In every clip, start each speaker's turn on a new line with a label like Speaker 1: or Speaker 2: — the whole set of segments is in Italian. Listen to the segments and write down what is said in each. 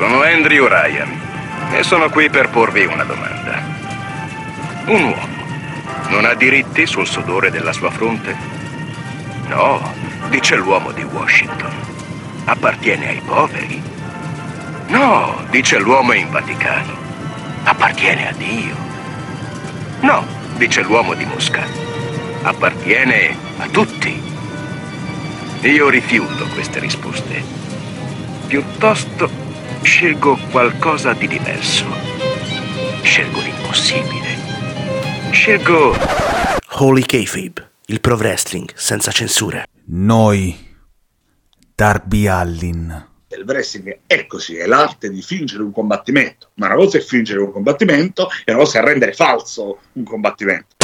Speaker 1: sono Andrew Ryan e sono qui per porvi una domanda. Un uomo non ha diritti sul sudore della sua fronte? No, dice l'uomo di Washington. Appartiene ai poveri? No, dice l'uomo in Vaticano. Appartiene a Dio? No, dice l'uomo di Mosca. Appartiene a tutti. Io rifiuto queste risposte. Piuttosto scelgo qualcosa di diverso. Scelgo l'impossibile. Scelgo
Speaker 2: Holy Kayfabe, il pro wrestling senza censure.
Speaker 3: Noi, Darby Allin.
Speaker 4: Il wrestling è così, è l'arte di fingere un combattimento, ma una cosa è fingere un combattimento e una cosa è rendere falso un combattimento.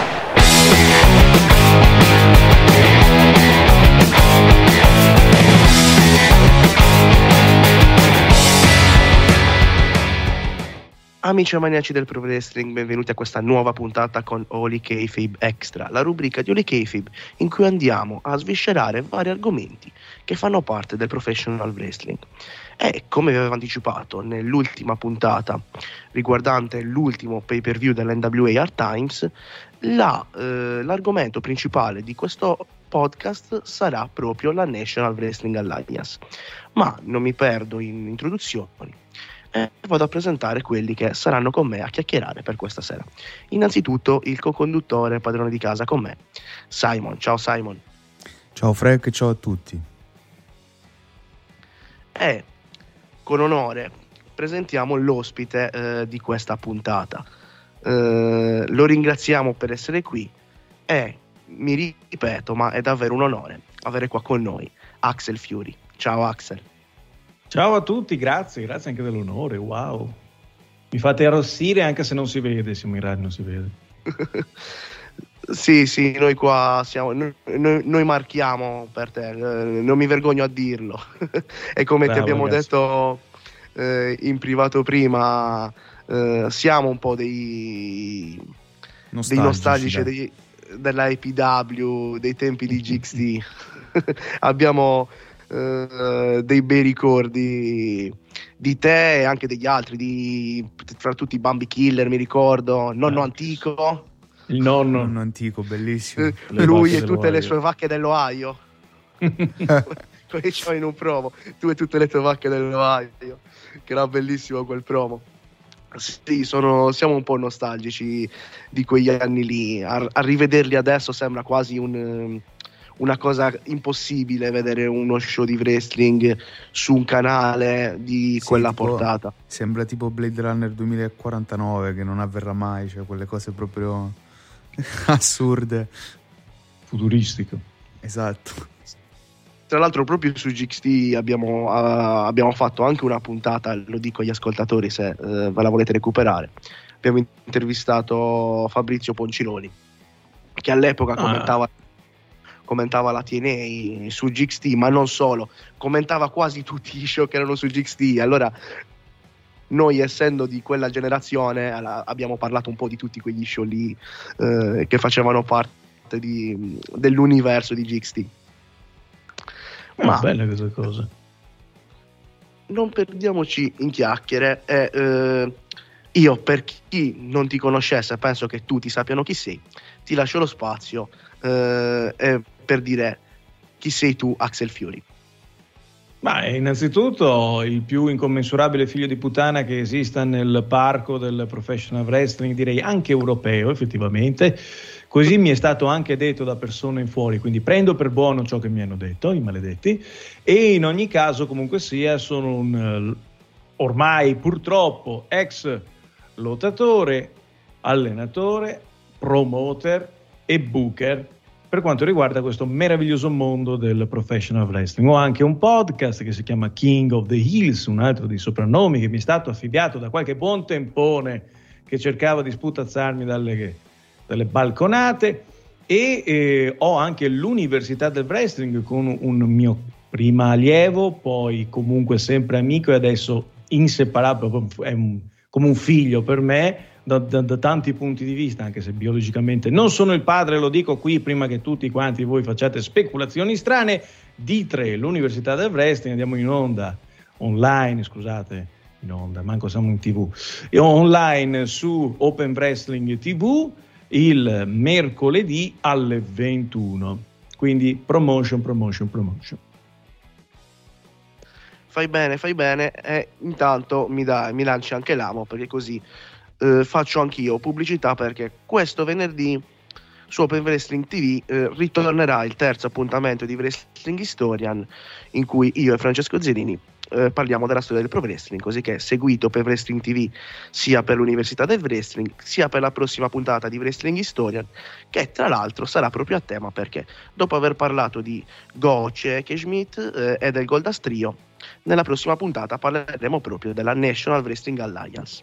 Speaker 2: Amici e maniaci del pro wrestling, benvenuti a questa nuova puntata con Holy Kayfabe Extra, la rubrica di Holy Kayfabe in cui andiamo a sviscerare vari argomenti che fanno parte del professional wrestling. E come vi avevo anticipato nell'ultima puntata riguardante l'ultimo pay-per-view dell'NWA Hard Times, l'argomento principale di questo podcast sarà proprio la National Wrestling Alliance. Ma non mi perdo in introduzioni. Vado a presentare quelli che saranno con me a chiacchierare per questa sera. Innanzitutto il co-conduttore, padrone di casa con me, Simon. Ciao Simon.
Speaker 3: Ciao Frank, ciao a tutti.
Speaker 2: E con onore presentiamo l'ospite di questa puntata. Lo ringraziamo per essere qui e mi ripeto, ma è davvero un onore avere qua con noi Axel Fury. Ciao Axel.
Speaker 5: Ciao a tutti, grazie anche dell'onore, wow. Mi fate arrossire anche se non si vede, siamo in radio, non si vede.
Speaker 2: Sì, noi qua siamo, noi marchiamo per te, non mi vergogno a dirlo. E come ti abbiamo detto in privato prima, siamo un po' dei nostalgici della EPW, dei tempi di GXT. Abbiamo dei bei ricordi di te e anche degli altri, fra tutti Bambi Killer, mi ricordo, nonno antico,
Speaker 5: il nonno
Speaker 3: antico, bellissimo,
Speaker 2: lui e tutte le sue vacche dell'Ohio. Come c'ho in un promo, tu e tutte le tue vacche dell'Ohio, che era bellissimo quel promo. Sì, siamo un po' nostalgici di quegli anni lì, a rivederli adesso sembra quasi una cosa impossibile vedere uno show di wrestling su un canale di quella portata.
Speaker 3: Sembra tipo Blade Runner 2049 che non avverrà mai, cioè quelle cose proprio assurde,
Speaker 5: futuristico.
Speaker 3: Esatto.
Speaker 2: Tra l'altro proprio su GXT abbiamo fatto anche una puntata, lo dico agli ascoltatori se ve la volete recuperare. Abbiamo intervistato Fabrizio Ponciloni, che all'epoca commentava la TNA su GXT, ma non solo, commentava quasi tutti gli show che erano su GXT. Allora noi, essendo di quella generazione, abbiamo parlato un po' di tutti quegli show lì che facevano parte dell'universo di GXT. Ma
Speaker 5: belle queste cose.
Speaker 2: Non perdiamoci in chiacchiere. Io, per chi non ti conoscesse, penso che tutti sappiano chi sei, ti lascio lo spazio per dire chi sei tu, Axel Fury.
Speaker 5: Ma innanzitutto il più incommensurabile figlio di puttana che esista nel parco del professional wrestling, direi anche europeo effettivamente, così mi è stato anche detto da persone in fuori, quindi prendo per buono ciò che mi hanno detto i maledetti, e in ogni caso comunque sia sono un ormai purtroppo ex lottatore, allenatore, promoter e booker per quanto riguarda questo meraviglioso mondo del professional wrestling. Ho anche un podcast che si chiama King of the Hills, un altro dei soprannomi che mi è stato affibbiato da qualche buon tempone che cercava di sputazzarmi dalle balconate, e ho anche l'Università del Wrestling con un mio prima allievo, poi comunque sempre amico e adesso inseparabile, come un figlio per me da tanti punti di vista, anche se biologicamente non sono il padre, lo dico qui prima che tutti quanti voi facciate speculazioni strane. D3, l'Università del Wrestling, andiamo in onda online, scusate in onda, manco siamo in TV, e online su Open Wrestling TV il mercoledì alle 21. Quindi promotion.
Speaker 2: Fai bene, e intanto mi lanci anche l'amo, perché così faccio anch'io pubblicità, perché questo venerdì su Open Wrestling TV ritornerà il terzo appuntamento di Wrestling Historian, in cui io e Francesco Zerini parliamo della storia del pro wrestling, così che seguito per Wrestling TV sia per l'Università del Wrestling sia per la prossima puntata di Wrestling Historian, che tra l'altro sarà proprio a tema, perché dopo aver parlato di Goce e Schmidt e del Goldust Trio, nella prossima puntata parleremo proprio della National Wrestling Alliance.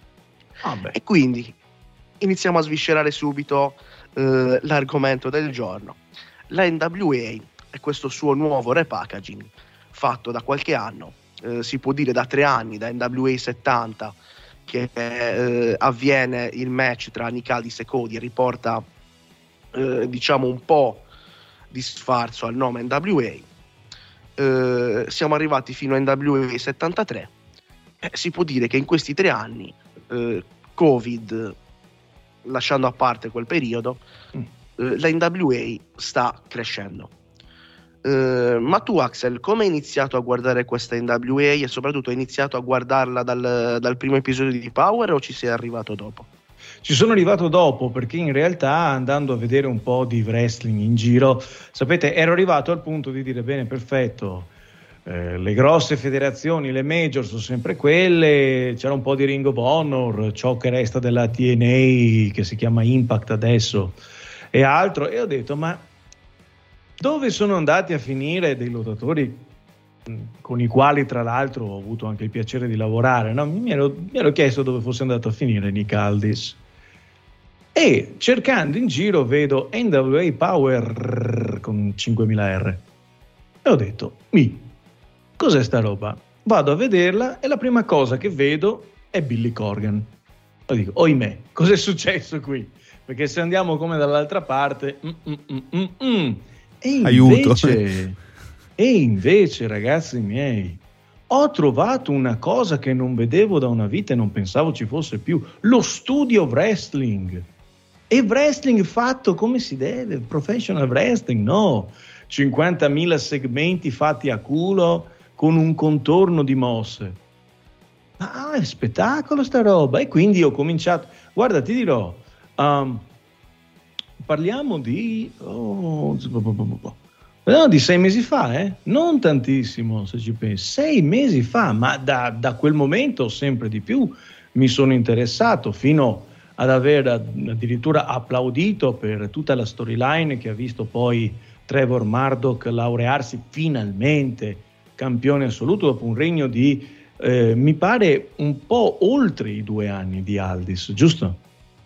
Speaker 2: E quindi iniziamo a sviscerare subito l'argomento del giorno. La NWA e questo suo nuovo repackaging fatto da qualche anno, si può dire da 3 anni, da NWA 70, che avviene il match tra Nick Aldis e Cody e riporta diciamo un po' di sfarzo al nome NWA. Siamo arrivati fino a NWA 73. Si può dire che in questi 3 anni, Covid lasciando a parte quel periodo, la NWA sta crescendo. Ma tu, Axel, come hai iniziato a guardare questa NWA e soprattutto hai iniziato a guardarla dal primo episodio di Power, o ci sei arrivato dopo?
Speaker 5: Ci sono arrivato dopo, perché in realtà, andando a vedere un po' di wrestling in giro, sapete, ero arrivato al punto di dire bene, perfetto, le grosse federazioni, le major sono sempre quelle, c'era un po' di Ring of Honor, ciò che resta della TNA che si chiama Impact adesso e altro, e ho detto, ma dove sono andati a finire dei lottatori con i quali tra l'altro ho avuto anche il piacere di lavorare, no? mi ero chiesto dove fosse andato a finire Nick Aldis, e cercando in giro vedo NWA Power con 5.000 R e ho detto, cos'è sta roba? Vado a vederla e la prima cosa che vedo è Billy Corgan. E dico, oimè, cos'è successo qui? Perché se andiamo come dall'altra parte E invece, ragazzi miei, ho trovato una cosa che non vedevo da una vita e non pensavo ci fosse più: lo studio wrestling. E wrestling fatto come si deve, professional wrestling, no 50.000 segmenti fatti a culo con un contorno di mosse. Ma è spettacolo sta roba. E quindi ho cominciato, guarda, ti dirò, parliamo di 6 mesi fa, non tantissimo se ci pensi, 6 mesi fa, ma da quel momento sempre di più mi sono interessato, fino ad aver addirittura applaudito per tutta la storyline che ha visto poi Trevor Murdoch laurearsi finalmente campione assoluto dopo un regno di mi pare un po' oltre i 2 anni di Aldis, giusto?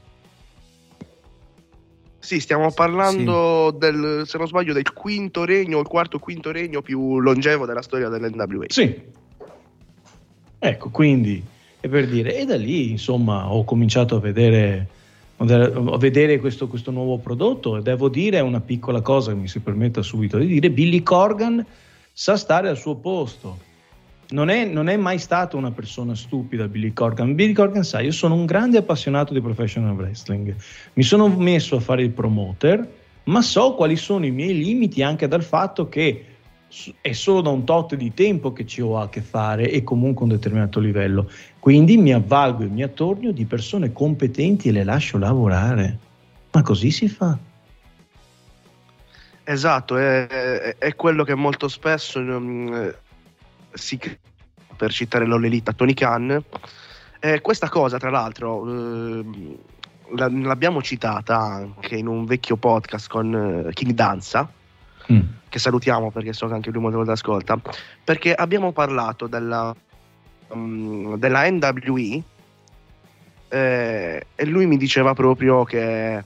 Speaker 2: Sì, stiamo parlando del, se non sbaglio, del quinto regno, il quarto quinto regno più longevo della storia dell'NWA.
Speaker 5: Sì. Ecco, quindi è per dire, e da lì insomma ho cominciato a vedere questo nuovo prodotto, e devo dire una piccola cosa che mi si permetta subito di dire: Billy Corgan sa stare al suo posto. Non è mai stato una persona stupida Billy Corgan. Billy Corgan sa, io sono un grande appassionato di professional wrestling, mi sono messo a fare il promoter, ma so quali sono i miei limiti, anche dal fatto che è solo da un tot di tempo che ci ho a che fare e comunque un determinato livello, quindi mi avvalgo e mi attorno di persone competenti e le lascio lavorare. Ma così si fa.
Speaker 2: Esatto, è quello che molto spesso per citare l'Olelita Tony Khan, questa cosa tra l'altro l'abbiamo citata anche in un vecchio podcast con King Danza, che salutiamo perché so che anche lui molte volte ascolta, perché abbiamo parlato della NWE e lui mi diceva proprio che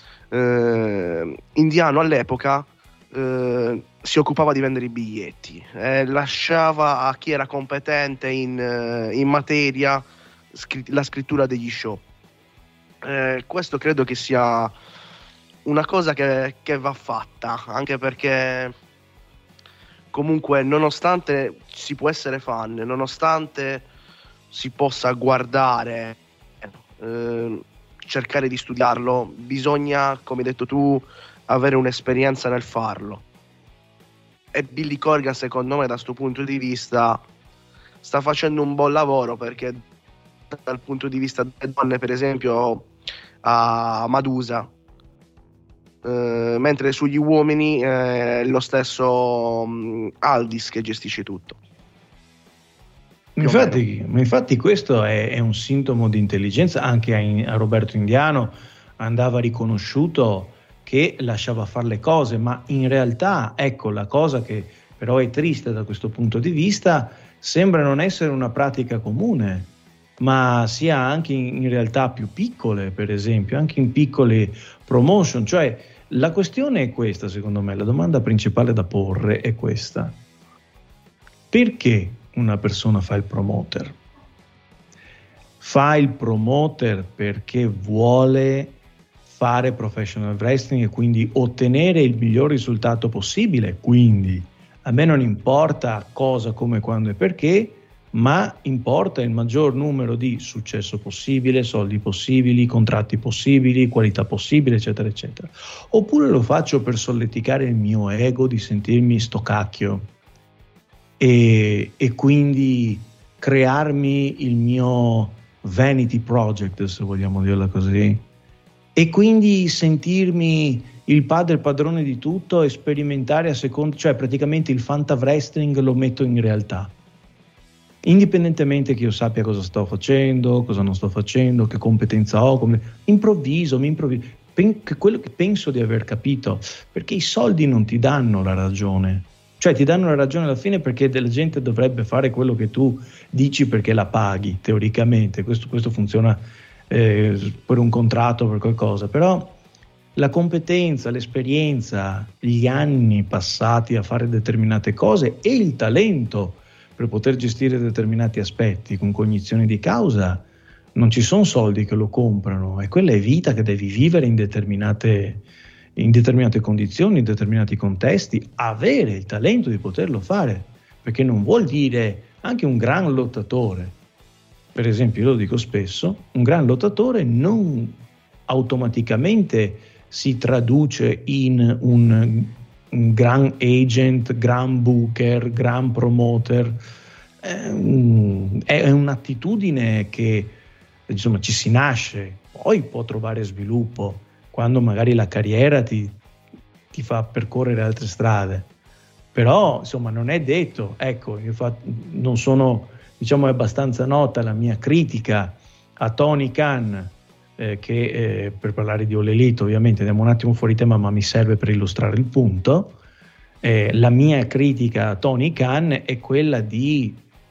Speaker 2: Indiano all'epoca si occupava di vendere i biglietti, lasciava a chi era competente in materia la scrittura degli show. Questo credo che sia una cosa che va fatta, anche perché comunque, nonostante si può essere fan, nonostante si possa guardare, cercare di studiarlo, bisogna, come hai detto tu, avere un'esperienza nel farlo. E Billy Corgan, secondo me, da questo punto di vista sta facendo un buon lavoro, perché dal punto di vista delle donne, per esempio, a Madusa, mentre sugli uomini lo stesso Aldis che gestisce tutto.
Speaker 5: Infatti questo è un sintomo di intelligenza. Anche a Roberto Indiano andava riconosciuto che lasciava fare le cose, ma in realtà, ecco, la cosa che però è triste da questo punto di vista, sembra non essere una pratica comune, ma sia anche in realtà più piccole, per esempio, anche in piccole promotion. Cioè, la questione è questa, secondo me, la domanda principale da porre è questa: perché una persona fa il promoter? Fa il promoter perché vuole fare professional wrestling e quindi ottenere il miglior risultato possibile, quindi a me non importa cosa, come, quando e perché, ma importa il maggior numero di successo possibile, soldi possibili, contratti possibili, qualità possibile, eccetera eccetera. Oppure lo faccio per solleticare il mio ego di sentirmi sto cacchio e quindi crearmi il mio vanity project, se vogliamo dirla così, e quindi sentirmi il padrone di tutto e sperimentare a seconda, cioè praticamente il fanta wrestling lo metto in realtà, indipendentemente che io sappia cosa sto facendo, cosa non sto facendo, che competenza ho, mi improvviso, quello che penso di aver capito, perché i soldi non ti danno la ragione. Cioè ti danno la ragione alla fine perché della gente dovrebbe fare quello che tu dici perché la paghi, teoricamente. Questo funziona per un contratto, per qualcosa. Però la competenza, l'esperienza, gli anni passati a fare determinate cose e il talento per poter gestire determinati aspetti con cognizione di causa, non ci sono soldi che lo comprano, e quella è vita che devi vivere in determinate condizioni, in determinati contesti, avere il talento di poterlo fare, perché non vuol dire anche un gran lottatore. Per esempio, io lo dico spesso, un gran lottatore non automaticamente si traduce in un gran agent, gran booker, gran promoter. È un'attitudine che insomma ci si nasce, poi può trovare sviluppo quando magari la carriera ti fa percorrere altre strade, però insomma non è detto. Ecco, non sono, diciamo, è abbastanza nota la mia critica a Tony Khan, che per parlare di All Elite ovviamente andiamo un attimo fuori tema, ma mi serve per illustrare il punto. La mia critica a Tony Khan è quella di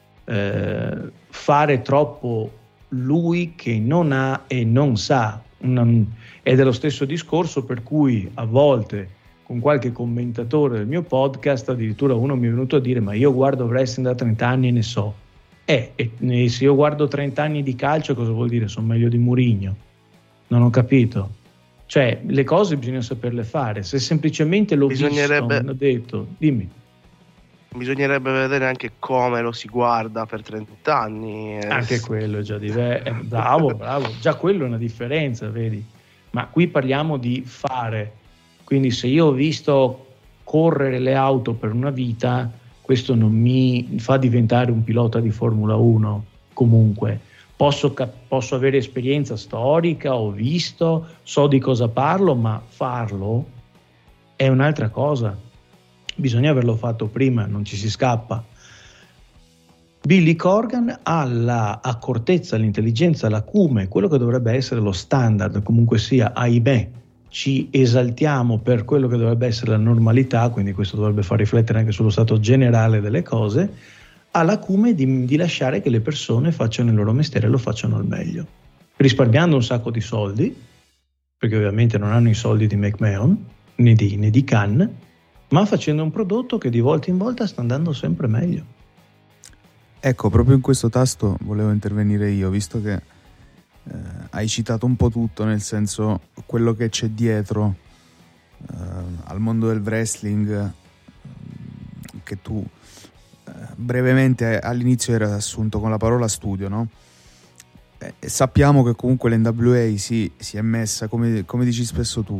Speaker 5: fare troppo lui che non ha e non sa. Ed è lo stesso discorso per cui a volte con qualche commentatore del mio podcast addirittura uno mi è venuto a dire: ma io guardo wrestling da 30 anni e ne so. E se io guardo 30 anni di calcio, cosa vuol dire? Sono meglio di Mourinho? Non ho capito. Cioè, le cose bisogna saperle fare. Se semplicemente l'ho visto, hanno detto, dimmi.
Speaker 2: Bisognerebbe vedere anche come lo si guarda per 30 anni.
Speaker 5: Anche quello è già diverso. Bravo. Già quello è una differenza, vedi? Ma qui parliamo di fare. Quindi se io ho visto correre le auto per una vita, questo non mi fa diventare un pilota di Formula 1. Comunque posso avere esperienza storica, ho visto, so di cosa parlo, ma farlo è un'altra cosa. Bisogna averlo fatto prima, non ci si scappa. Billy Corgan ha l'accortezza, l'intelligenza, l'acume, quello che dovrebbe essere lo standard. Comunque sia, ahimè, ci esaltiamo per quello che dovrebbe essere la normalità, quindi questo dovrebbe far riflettere anche sullo stato generale delle cose. Ha l'acume di lasciare che le persone facciano il loro mestiere e lo facciano al meglio, risparmiando un sacco di soldi, perché ovviamente non hanno i soldi di McMahon né di Khan, ma facendo un prodotto che di volta in volta sta andando sempre meglio.
Speaker 3: Ecco, proprio in questo tasto volevo intervenire io, visto che hai citato un po' tutto, nel senso quello che c'è dietro al mondo del wrestling, che tu brevemente all'inizio era assunto con la parola studio, no? Sappiamo che comunque l'NWA si è messa, come dici spesso tu,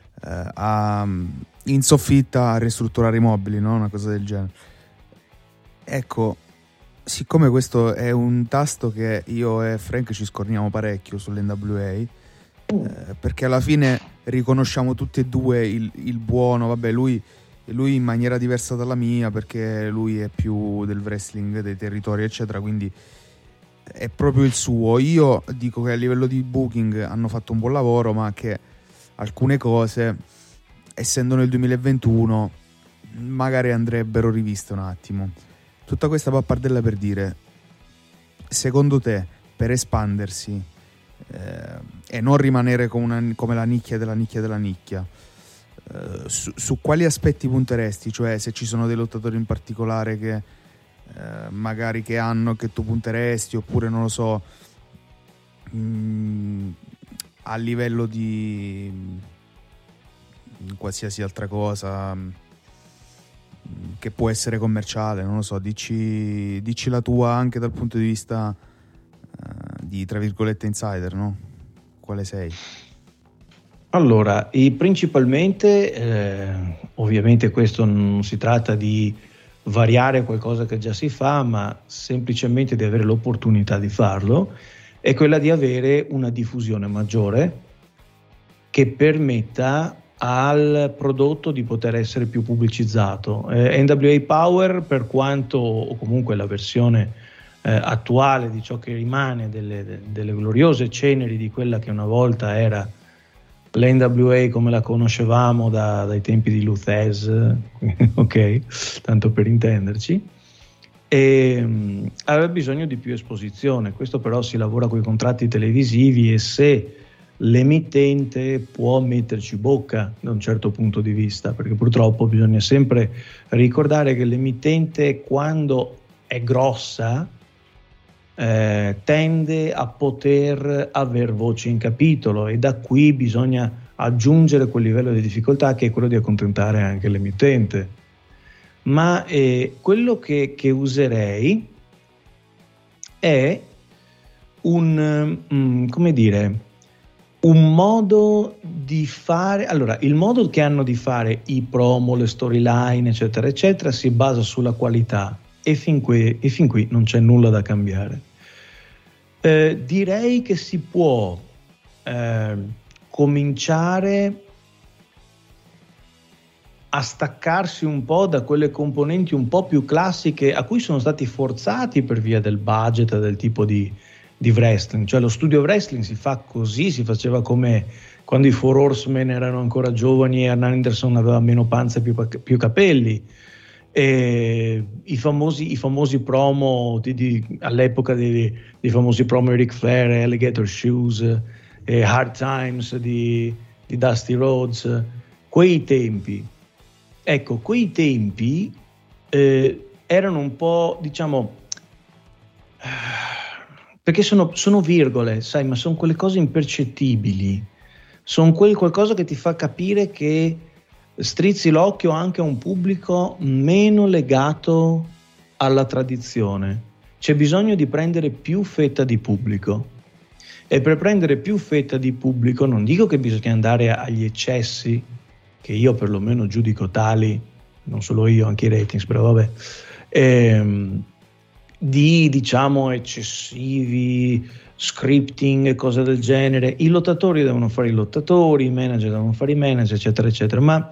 Speaker 3: in soffitta a ristrutturare i mobili, no? Una cosa del genere. Ecco, siccome questo è un tasto che io e Frank ci scorniamo parecchio sull'NWA, perché alla fine riconosciamo tutti e due il buono. Vabbè, lui in maniera diversa dalla mia, perché lui è più del wrestling, dei territori eccetera, quindi è proprio il suo. Io dico che a livello di booking hanno fatto un buon lavoro, ma che alcune cose, essendo nel 2021, magari andrebbero riviste un attimo. Tutta questa pappardella per dire, secondo te, per espandersi e non rimanere come la nicchia della nicchia della nicchia, su quali aspetti punteresti? Cioè, se ci sono dei lottatori in particolare che magari che tu punteresti, oppure non lo so, a livello di qualsiasi altra cosa che può essere commerciale, non lo so, dici la tua anche dal punto di vista di, tra virgolette, insider, no? Quale sei?
Speaker 5: Allora, principalmente, ovviamente questo non si tratta di variare qualcosa che già si fa, ma semplicemente di avere l'opportunità di farlo, è quella di avere una diffusione maggiore che permetta al prodotto di poter essere più pubblicizzato. NWA Power, per quanto, o comunque la versione attuale di ciò che rimane delle gloriose ceneri di quella che una volta era l'NWA come la conoscevamo dai tempi di Luthez, ok, tanto per intenderci, e aveva bisogno di più esposizione. Questo però si lavora con i contratti televisivi, e se l'emittente può metterci bocca da un certo punto di vista, perché purtroppo bisogna sempre ricordare che l'emittente, quando è grossa, tende a poter aver voce in capitolo, e da qui bisogna aggiungere quel livello di difficoltà che è quello di accontentare anche l'emittente. Ma quello che userei è un modo di fare. Allora, il modo che hanno di fare i promo, le storyline eccetera eccetera si basa sulla qualità, e fin qui non c'è nulla da cambiare. Direi che si può cominciare a staccarsi un po' da quelle componenti un po' più classiche a cui sono stati forzati per via del budget e del tipo di wrestling. Cioè, lo studio wrestling si fa così, si faceva come quando i Four Horsemen erano ancora giovani e Arn Anderson aveva meno panza e più capelli. I famosi promo all'epoca dei famosi promo di Ric Flair, Alligator Shoes, Hard Times di Dusty Rhodes, quei tempi erano un po', diciamo, perché sono virgole, sai, ma sono quelle cose impercettibili, sono quel qualcosa che ti fa capire che strizzi l'occhio anche a un pubblico meno legato alla tradizione. C'è bisogno di prendere più fetta di pubblico, e per prendere più fetta di pubblico non dico che bisogna andare agli eccessi, che io perlomeno giudico tali, non solo io, anche i ratings, però vabbè, di, diciamo, eccessivi scripting e cose del genere. I lottatori devono fare i lottatori, i manager devono fare i manager, eccetera eccetera, ma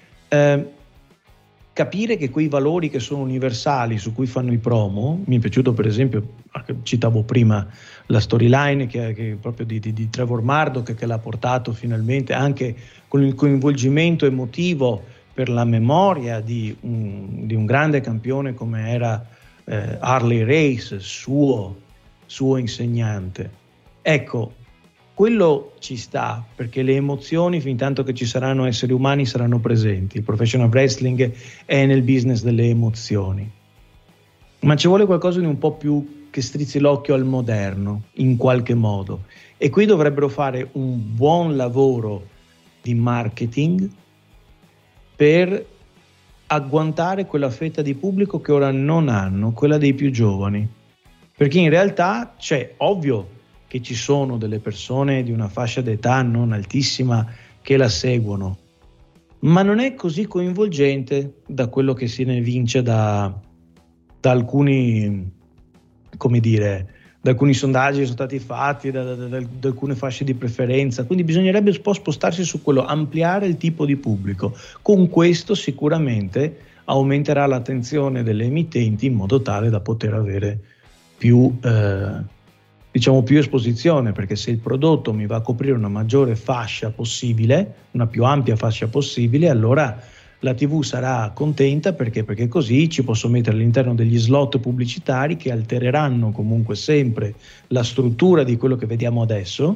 Speaker 5: capire che quei valori che sono universali su cui fanno i promo, mi è piaciuto per esempio, citavo prima la storyline che proprio di Trevor Murdoch, che l'ha portato finalmente anche con il coinvolgimento emotivo per la memoria di un grande campione come era Harley Race, suo insegnante. Ecco, quello ci sta, perché le emozioni, fin tanto che ci saranno esseri umani, saranno presenti. Il professional wrestling è nel business delle emozioni, ma ci vuole qualcosa di un po' più che strizzi l'occhio al moderno in qualche modo, e qui dovrebbero fare un buon lavoro di marketing per agguantare quella fetta di pubblico che ora non hanno, quella dei più giovani, perché in realtà c'è, ovvio che ci sono delle persone di una fascia d'età non altissima che la seguono, ma non è così coinvolgente da quello che se ne evince da alcuni, come dire, da alcuni sondaggi che sono stati fatti, da alcune fasce di preferenza. Quindi bisognerebbe un po' spostarsi su quello, ampliare il tipo di pubblico. Con questo sicuramente aumenterà l'attenzione delle emittenti in modo tale da poter avere più esposizione, perché se il prodotto mi va a coprire una maggiore fascia possibile, una più ampia fascia possibile, allora la TV sarà contenta, perché così ci posso mettere all'interno degli slot pubblicitari che altereranno comunque sempre la struttura di quello che vediamo adesso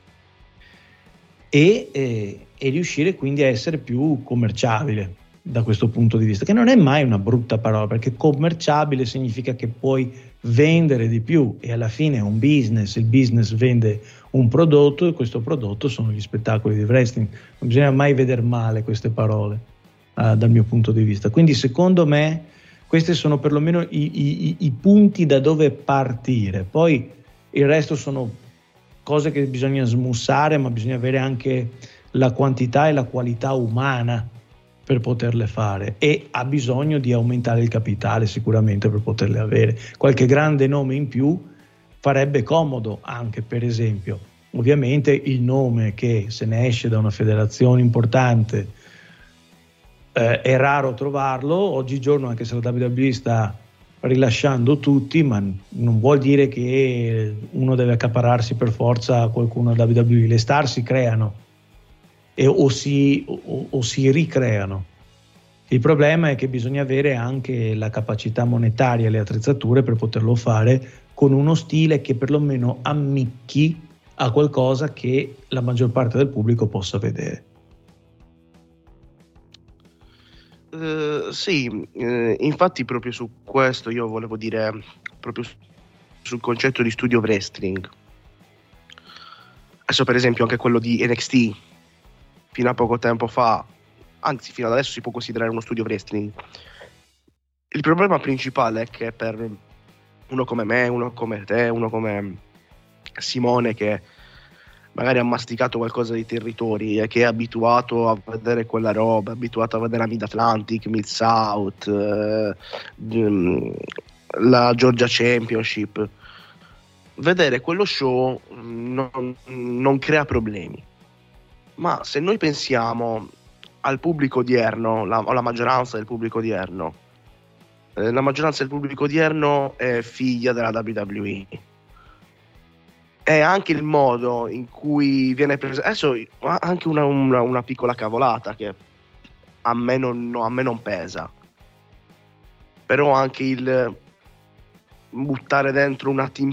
Speaker 5: e riuscire quindi a essere più commerciabile da questo punto di vista, che non è mai una brutta parola, perché commerciabile significa che puoi vendere di più e alla fine è un business, il business vende un prodotto e questo prodotto sono gli spettacoli di wrestling. Non bisogna mai vedere male queste parole dal mio punto di vista. Quindi secondo me questi sono perlomeno i punti da dove partire. Poi il resto sono cose che bisogna smussare, ma bisogna avere anche la quantità e la qualità umana per poterle fare, e ha bisogno di aumentare il capitale sicuramente per poterle avere. Qualche grande nome in più farebbe comodo, anche per esempio ovviamente il nome che se ne esce da una federazione importante è raro trovarlo oggigiorno, anche se la WWE sta rilasciando tutti, ma non vuol dire che uno deve accaparrarsi per forza qualcuno alla WWE. Le star si creano o si ricreano. Il problema è che bisogna avere anche la capacità monetaria e le attrezzature per poterlo fare con uno stile che perlomeno ammicchi a qualcosa che la maggior parte del pubblico possa vedere.
Speaker 2: Sì, infatti proprio su questo io volevo dire, proprio sul concetto di studio wrestling. Adesso per esempio anche quello di NXT fino a poco tempo fa, anzi fino ad adesso, si può considerare uno studio wrestling. Il problema principale è che per uno come me, uno come te, uno come Simone, che magari ha masticato qualcosa dei territori e che è abituato a vedere quella roba, abituato a vedere la Mid-Atlantic, Mid-South, la Georgia Championship, vedere quello show non crea problemi. Ma se noi pensiamo al pubblico odierno, o la maggioranza del pubblico odierno, la maggioranza del pubblico odierno è figlia della WWE. È anche il modo in cui viene preso. Adesso anche una piccola cavolata che a me non pesa, però anche il buttare dentro una team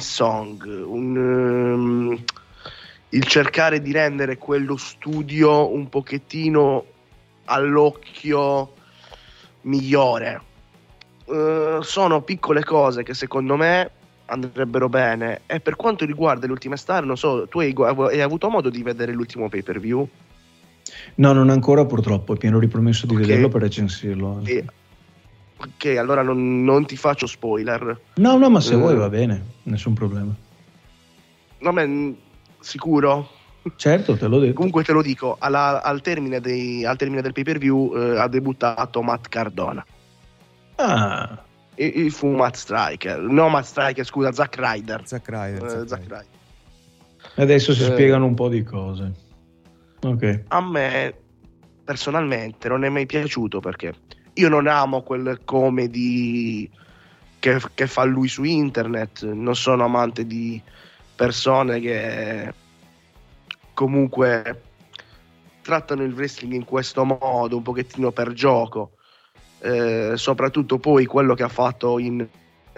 Speaker 2: song, il cercare di rendere quello studio un pochettino all'occhio migliore, sono piccole cose che secondo me andrebbero bene. E per quanto riguarda le ultime star, non so, tu hai avuto modo di vedere l'ultimo pay per view?
Speaker 5: No, non ancora purtroppo, mi ero ripromesso di vederlo per recensirlo.
Speaker 2: Ok, allora non ti faccio spoiler.
Speaker 5: No, ma se vuoi va bene, nessun problema.
Speaker 2: No, ma sicuro?
Speaker 5: Certo, te l'ho detto.
Speaker 2: Comunque te lo dico, al termine del pay per view ha debuttato Matt Cardona.
Speaker 5: Ah.
Speaker 2: E fu Matt Striker, scusa, Zack Ryder.
Speaker 3: Zack Ryder.
Speaker 5: Adesso si spiegano un po' di cose. Ok.
Speaker 2: A me personalmente non è mai piaciuto, perché io non amo quel comedy che fa lui su internet, non sono amante di persone che comunque trattano il wrestling in questo modo, un pochettino per gioco. Soprattutto poi quello che ha fatto lì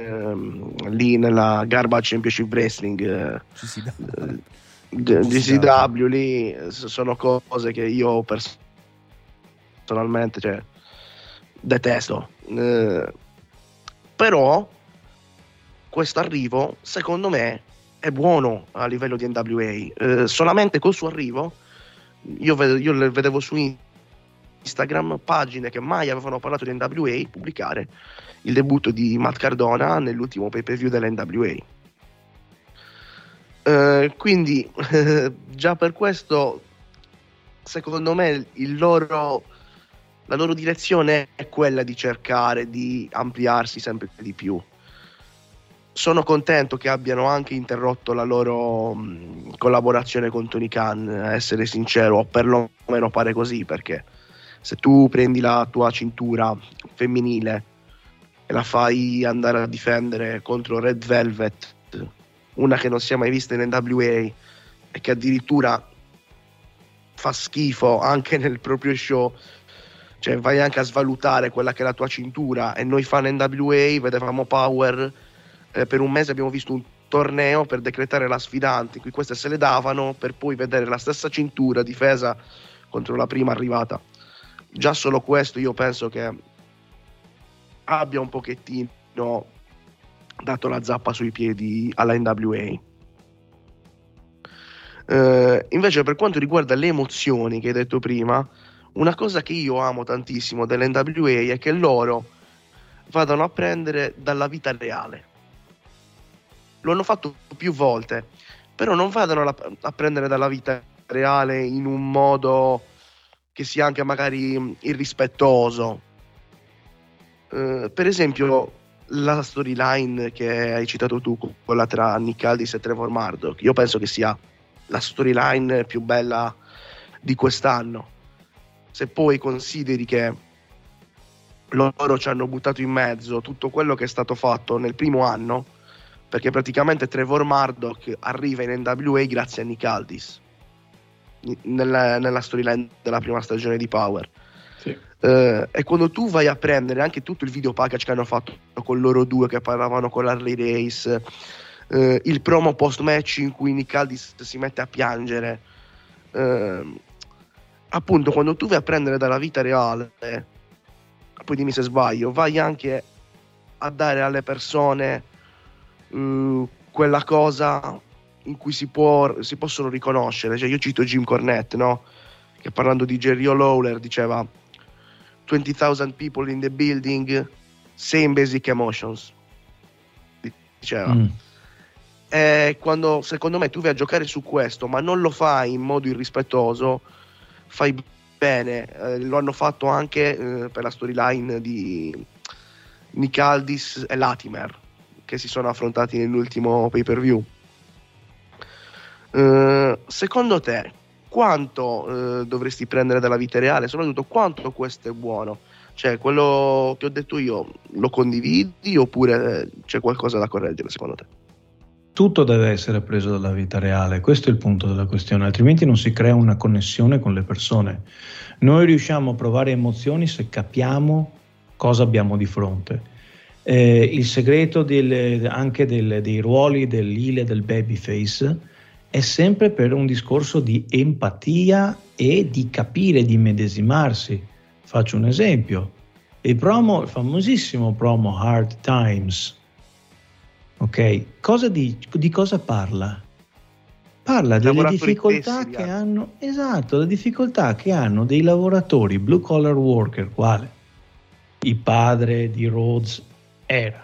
Speaker 2: nella Garbage Championship Wrestling, GCW, lì sono cose che io personalmente detesto, però questo arrivo secondo me è buono a livello di NWA. Solamente col suo arrivo io le vedevo su Instagram pagine che mai avevano parlato di NWA pubblicare il debutto di Matt Cardona nell'ultimo pay-per-view dell'NWA. Quindi già per questo, secondo me, la loro direzione è quella di cercare di ampliarsi sempre di più. Sono contento che abbiano anche interrotto la loro collaborazione con Tony Khan, a essere sincero, o perlomeno pare così, perché se tu prendi la tua cintura femminile e la fai andare a difendere contro Red Velvet, una che non si è mai vista in NWA e che addirittura fa schifo anche nel proprio show, cioè vai anche a svalutare quella che è la tua cintura. E noi fan NWA vedevamo Power, per un mese abbiamo visto un torneo per decretare la sfidante in cui queste se le davano, per poi vedere la stessa cintura difesa contro la prima arrivata. Già solo questo io penso che abbia un pochettino dato la zappa sui piedi alla NWA. Invece per quanto riguarda le emozioni che hai detto prima, una cosa che io amo tantissimo dell'NWA è che loro vadano a prendere dalla vita reale. Lo hanno fatto più volte, però non vadano a prendere dalla vita reale in un modo che sia anche magari irrispettoso. Per esempio la storyline che hai citato tu, quella tra Nick Aldis e Trevor Murdoch, io penso che sia la storyline più bella di quest'anno. Se poi consideri che loro ci hanno buttato in mezzo tutto quello che è stato fatto nel primo anno, perché praticamente Trevor Murdoch arriva in NWA grazie a Nick Aldis nella storyline della prima stagione di Power.
Speaker 5: Sì.
Speaker 2: E quando tu vai a prendere anche tutto il video package che hanno fatto con loro due che parlavano con Harley Race, il promo post match in cui Nick Aldis si mette a piangere, appunto quando tu vai a prendere dalla vita reale, poi dimmi se sbaglio, vai anche a dare alle persone quella cosa in cui si possono riconoscere. Cioè, io cito Jim Cornette, no? Che parlando di Jerry Lawler diceva 20,000 people in the building, same basic emotions, diceva. Quando secondo me tu vai a giocare su questo ma non lo fai in modo irrispettoso, fai bene. Lo hanno fatto anche per la storyline di Nick Aldis e Latimer, che si sono affrontati nell'ultimo pay-per-view. Secondo te quanto dovresti prendere dalla vita reale, soprattutto quanto questo è buono? Cioè, quello che ho detto io lo condividi oppure c'è qualcosa da correggere secondo te?
Speaker 5: Tutto deve essere preso dalla vita reale, questo è il punto della questione, altrimenti non si crea una connessione con le persone. Noi riusciamo a provare emozioni se capiamo cosa abbiamo di fronte. Il segreto anche dei ruoli dell'heel e del babyface è sempre per un discorso di empatia e di capire, di medesimarsi. Faccio un esempio: il famosissimo promo Hard Times, ok? Di cosa parla? Parla delle difficoltà che hanno, esatto, le difficoltà che hanno dei lavoratori blue collar worker, quale il padre di Rhodes era,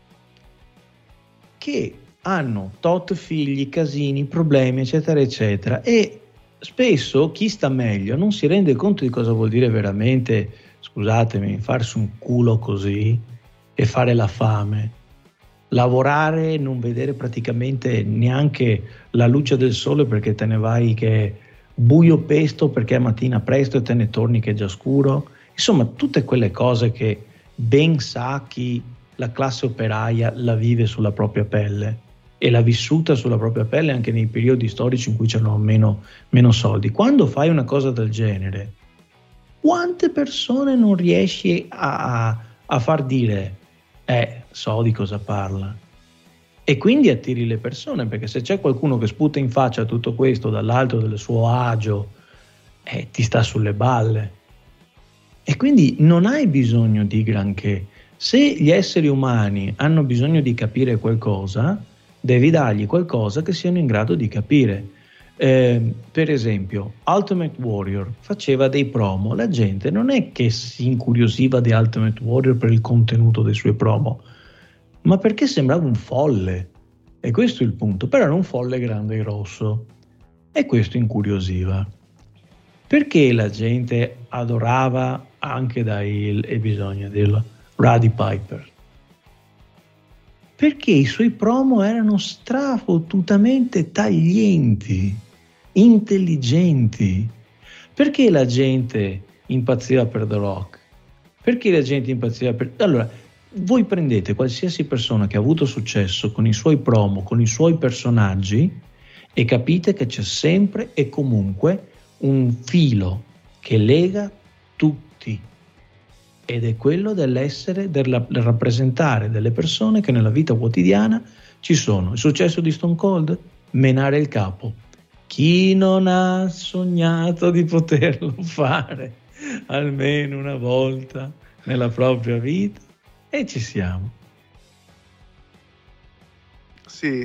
Speaker 5: che hanno tot figli, casini, problemi, eccetera, eccetera, e spesso chi sta meglio non si rende conto di cosa vuol dire veramente, scusatemi, farsi un culo così e fare la fame, lavorare, non vedere praticamente neanche la luce del sole perché te ne vai che è buio pesto, perché è mattina presto e te ne torni che è già scuro. Insomma, tutte quelle cose che ben sa chi la classe operaia la vive sulla propria pelle e l'ha vissuta sulla propria pelle anche nei periodi storici in cui c'erano meno soldi. Quando fai una cosa del genere, quante persone non riesci a far dire so di cosa parla? E quindi attiri le persone, perché se c'è qualcuno che sputa in faccia tutto questo dall'alto del suo agio, ti sta sulle balle. E quindi non hai bisogno di granché. Se gli esseri umani hanno bisogno di capire qualcosa, devi dargli qualcosa che siano in grado di capire. Per esempio, Ultimate Warrior faceva dei promo, la gente non è che si incuriosiva di Ultimate Warrior per il contenuto dei suoi promo, ma perché sembrava un folle, e questo è il punto. Però era un folle grande e grosso, e questo incuriosiva. Perché la gente adorava anche da Hill, e bisogna dirlo, Roddy Piper? Perché i suoi promo erano strafottutamente taglienti, intelligenti. Perché la gente impazziva per The Rock? Perché la gente impazziva per... Allora, voi prendete qualsiasi persona che ha avuto successo con i suoi promo, con i suoi personaggi, e capite che c'è sempre e comunque un filo che lega tutti, ed è quello del rappresentare delle persone che nella vita quotidiana ci sono. Il successo di Stone Cold? Menare il capo. Chi non ha sognato di poterlo fare almeno una volta nella propria vita? E ci siamo.
Speaker 2: Sì,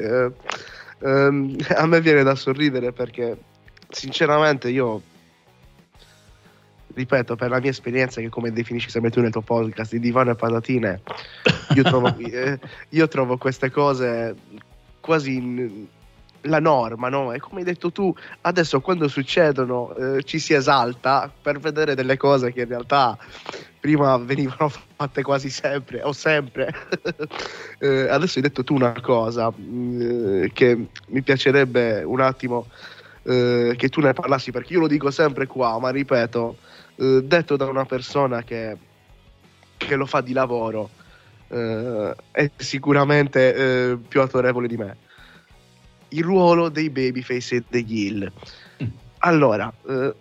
Speaker 2: a me viene da sorridere perché sinceramente io, ripeto, per la mia esperienza, che come definisci sempre tu nel tuo podcast, di divano e patatine, io trovo queste cose quasi la norma, no? E come hai detto tu, adesso quando succedono ci si esalta per vedere delle cose che in realtà prima venivano fatte quasi sempre o sempre. Adesso hai detto tu una cosa che mi piacerebbe un attimo che tu ne parlassi, perché io lo dico sempre qua, ma ripeto, detto da una persona che lo fa di lavoro, è sicuramente più autorevole di me. Il ruolo dei babyface e degli heel. Allora,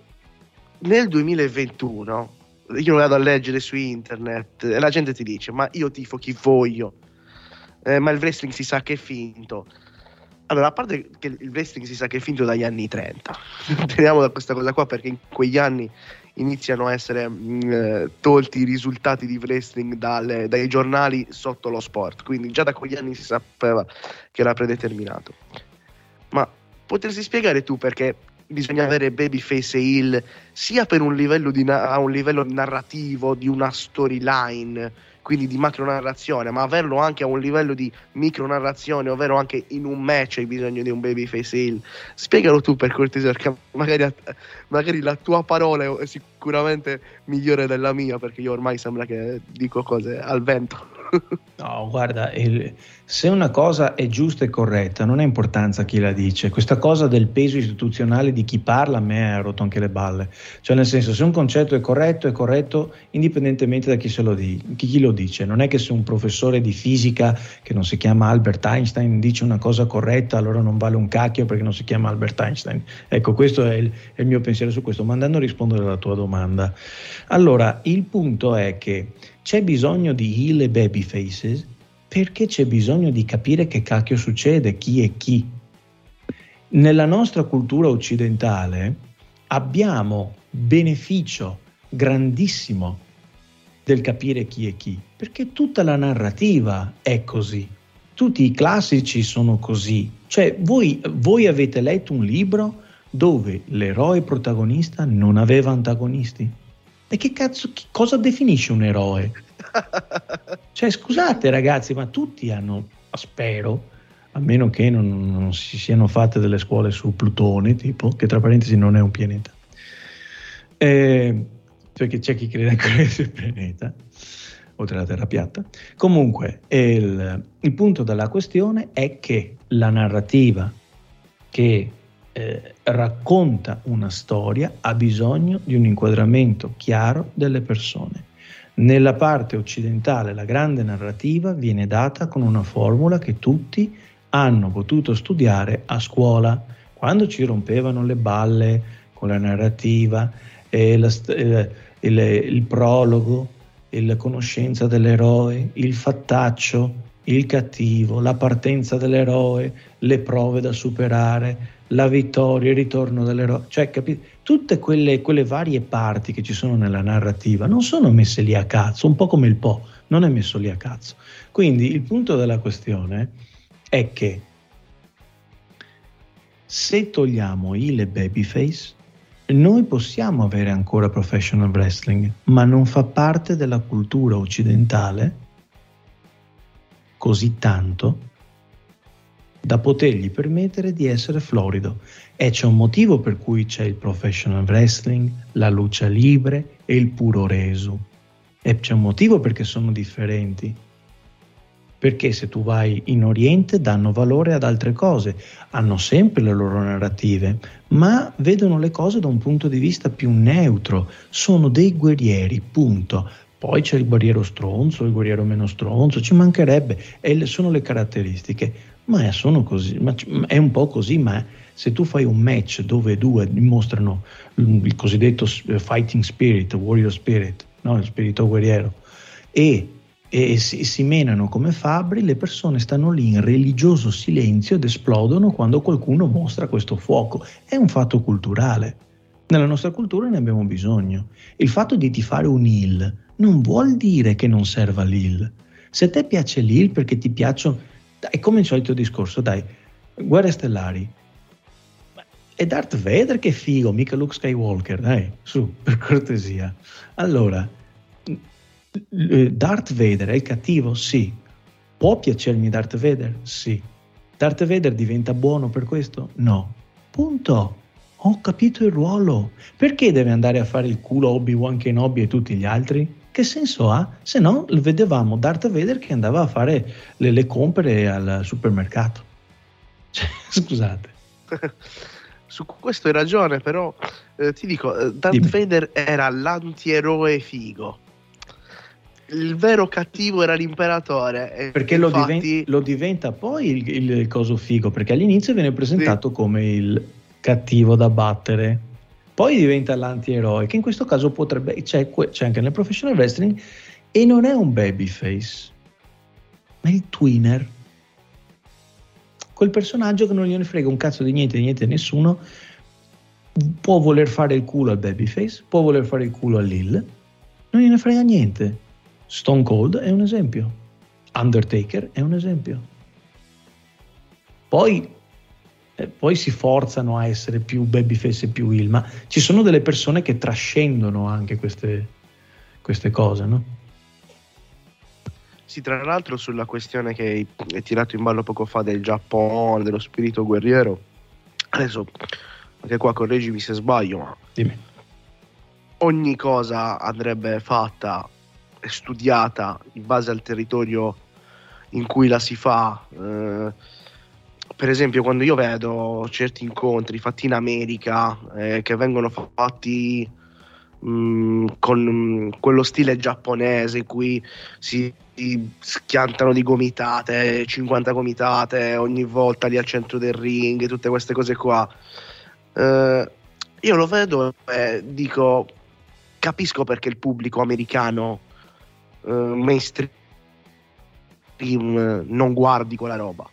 Speaker 2: nel 2021 io vado a leggere su internet e la gente ti dice: ma io tifo chi voglio, ma il wrestling si sa che è finto. Allora, a parte che il wrestling si sa che è finto dagli anni 30, teniamo da questa cosa qua, perché in quegli anni iniziano a essere tolti i risultati di wrestling dai giornali sotto lo sport, quindi già da quegli anni si sapeva che era predeterminato. Ma potresti spiegare tu perché bisogna avere babyface e heel sia per un livello a un livello narrativo, di una storyline, quindi di macronarrazione, ma averlo anche a un livello di micronarrazione, ovvero anche in un match hai bisogno di un babyface e heel? Spiegalo tu per cortesia, perché magari la tua parola è sicuramente migliore della mia, perché io ormai sembra che dico cose al vento.
Speaker 5: No, guarda, se una cosa è giusta e corretta, non ha importanza chi la dice. Questa cosa del peso istituzionale di chi parla a me ha rotto anche le balle. Cioè, nel senso, se un concetto è corretto indipendentemente da chi lo dice. Non è che se un professore di fisica che non si chiama Albert Einstein dice una cosa corretta, allora non vale un cacchio perché non si chiama Albert Einstein. Ecco, questo è il mio pensiero su questo, ma andando a rispondere alla tua domanda. Allora, il punto è che c'è bisogno di heel e babyfaces perché c'è bisogno di capire che cacchio succede, chi è chi. Nella nostra cultura occidentale abbiamo beneficio grandissimo del capire chi è chi, perché tutta la narrativa è così, tutti i classici sono così. Cioè voi avete letto un libro dove l'eroe protagonista non aveva antagonisti? E che cazzo, cosa definisce un eroe? Cioè, scusate ragazzi, ma tutti hanno, spero, a meno che non si siano fatte delle scuole su Plutone, tipo, che tra parentesi non è un pianeta, perché c'è chi crede ancora che sia un pianeta, oltre alla Terra piatta. Comunque, il punto della questione è che la narrativa che racconta una storia ha bisogno di un inquadramento chiaro delle persone. Nella parte occidentale la grande narrativa viene data con una formula che tutti hanno potuto studiare a scuola. Quando ci rompevano le balle con la narrativa, il prologo, la conoscenza dell'eroe, il fattaccio, il cattivo, la partenza dell'eroe, le prove da superare, la vittoria, il ritorno dell'eroe, cioè capite? Tutte quelle varie parti che ci sono nella narrativa non sono messe lì a cazzo, un po' come il Po, non è messo lì a cazzo. Quindi il punto della questione è che Se togliamo il babyface, noi possiamo avere ancora professional wrestling, ma non fa parte della cultura occidentale così tanto da potergli permettere di essere florido. E c'è un motivo per cui c'è il professional wrestling, la lucha libre e il puro resu. E c'è un motivo perché sono differenti. Perché se tu vai in Oriente danno valore ad altre cose, hanno sempre le loro narrative, ma vedono le cose da un punto di vista più neutro, sono dei guerrieri, punto. Poi c'è il guerriero stronzo, il guerriero meno stronzo, ci mancherebbe, sono le caratteristiche, ma sono così, è un po' così, ma se tu fai un match dove due dimostrano il cosiddetto fighting spirit, warrior spirit, no? Il spirito guerriero, e si menano come fabbri, le persone stanno lì in religioso silenzio ed esplodono quando qualcuno mostra questo fuoco. È un fatto culturale. Nella nostra cultura ne abbiamo bisogno. Il fatto di tifare un heel non vuol dire che non serva l'heel. Se a te piace l'heel perché ti piacciono, è come il solito discorso, dai, Guerre Stellari. È Darth Vader che figo, mica Luke Skywalker, dai, su, per cortesia. Allora, Darth Vader è il cattivo? Sì. Può piacermi Darth Vader? Sì. Darth Vader diventa buono per questo? No. Punto. Ho capito il ruolo. Perché deve andare a fare il culo Obi-Wan Kenobi e tutti gli altri? Che senso ha? Se no vedevamo Darth Vader che andava a fare le compere al supermercato. Cioè, scusate.
Speaker 2: Su questo hai ragione, però ti dico, Darth
Speaker 5: Dimmi.
Speaker 2: Vader era l'antieroe figo. Il vero cattivo era l'imperatore. E
Speaker 5: perché
Speaker 2: infatti...
Speaker 5: lo diventa poi il coso figo, perché all'inizio viene presentato come il cattivo da battere, poi diventa l'antieroe, che in questo caso potrebbe, c'è anche nel professional wrestling, e non è un babyface, ma il twinner, quel personaggio che non gliene frega un cazzo di niente nessuno, può voler fare il culo al babyface, può voler fare il culo all'heel, non gliene frega niente. Stone Cold è un esempio, Undertaker è un esempio. Poi si forzano a essere più babyface e più heel, ma ci sono delle persone che trascendono anche queste cose, no?
Speaker 2: Sì, tra l'altro sulla questione che hai tirato in ballo poco fa del Giappone, dello spirito guerriero, adesso anche qua correggimi se sbaglio, ma
Speaker 5: Dimmi.
Speaker 2: ogni cosa andrebbe fatta e studiata in base al territorio in cui la si fa. Per esempio, quando io vedo certi incontri fatti in America che vengono fatti con quello stile giapponese in cui si schiantano di gomitate, 50 gomitate ogni volta lì al centro del ring, tutte queste cose qua, io lo vedo e dico, capisco perché il pubblico americano mainstream non guardi quella roba.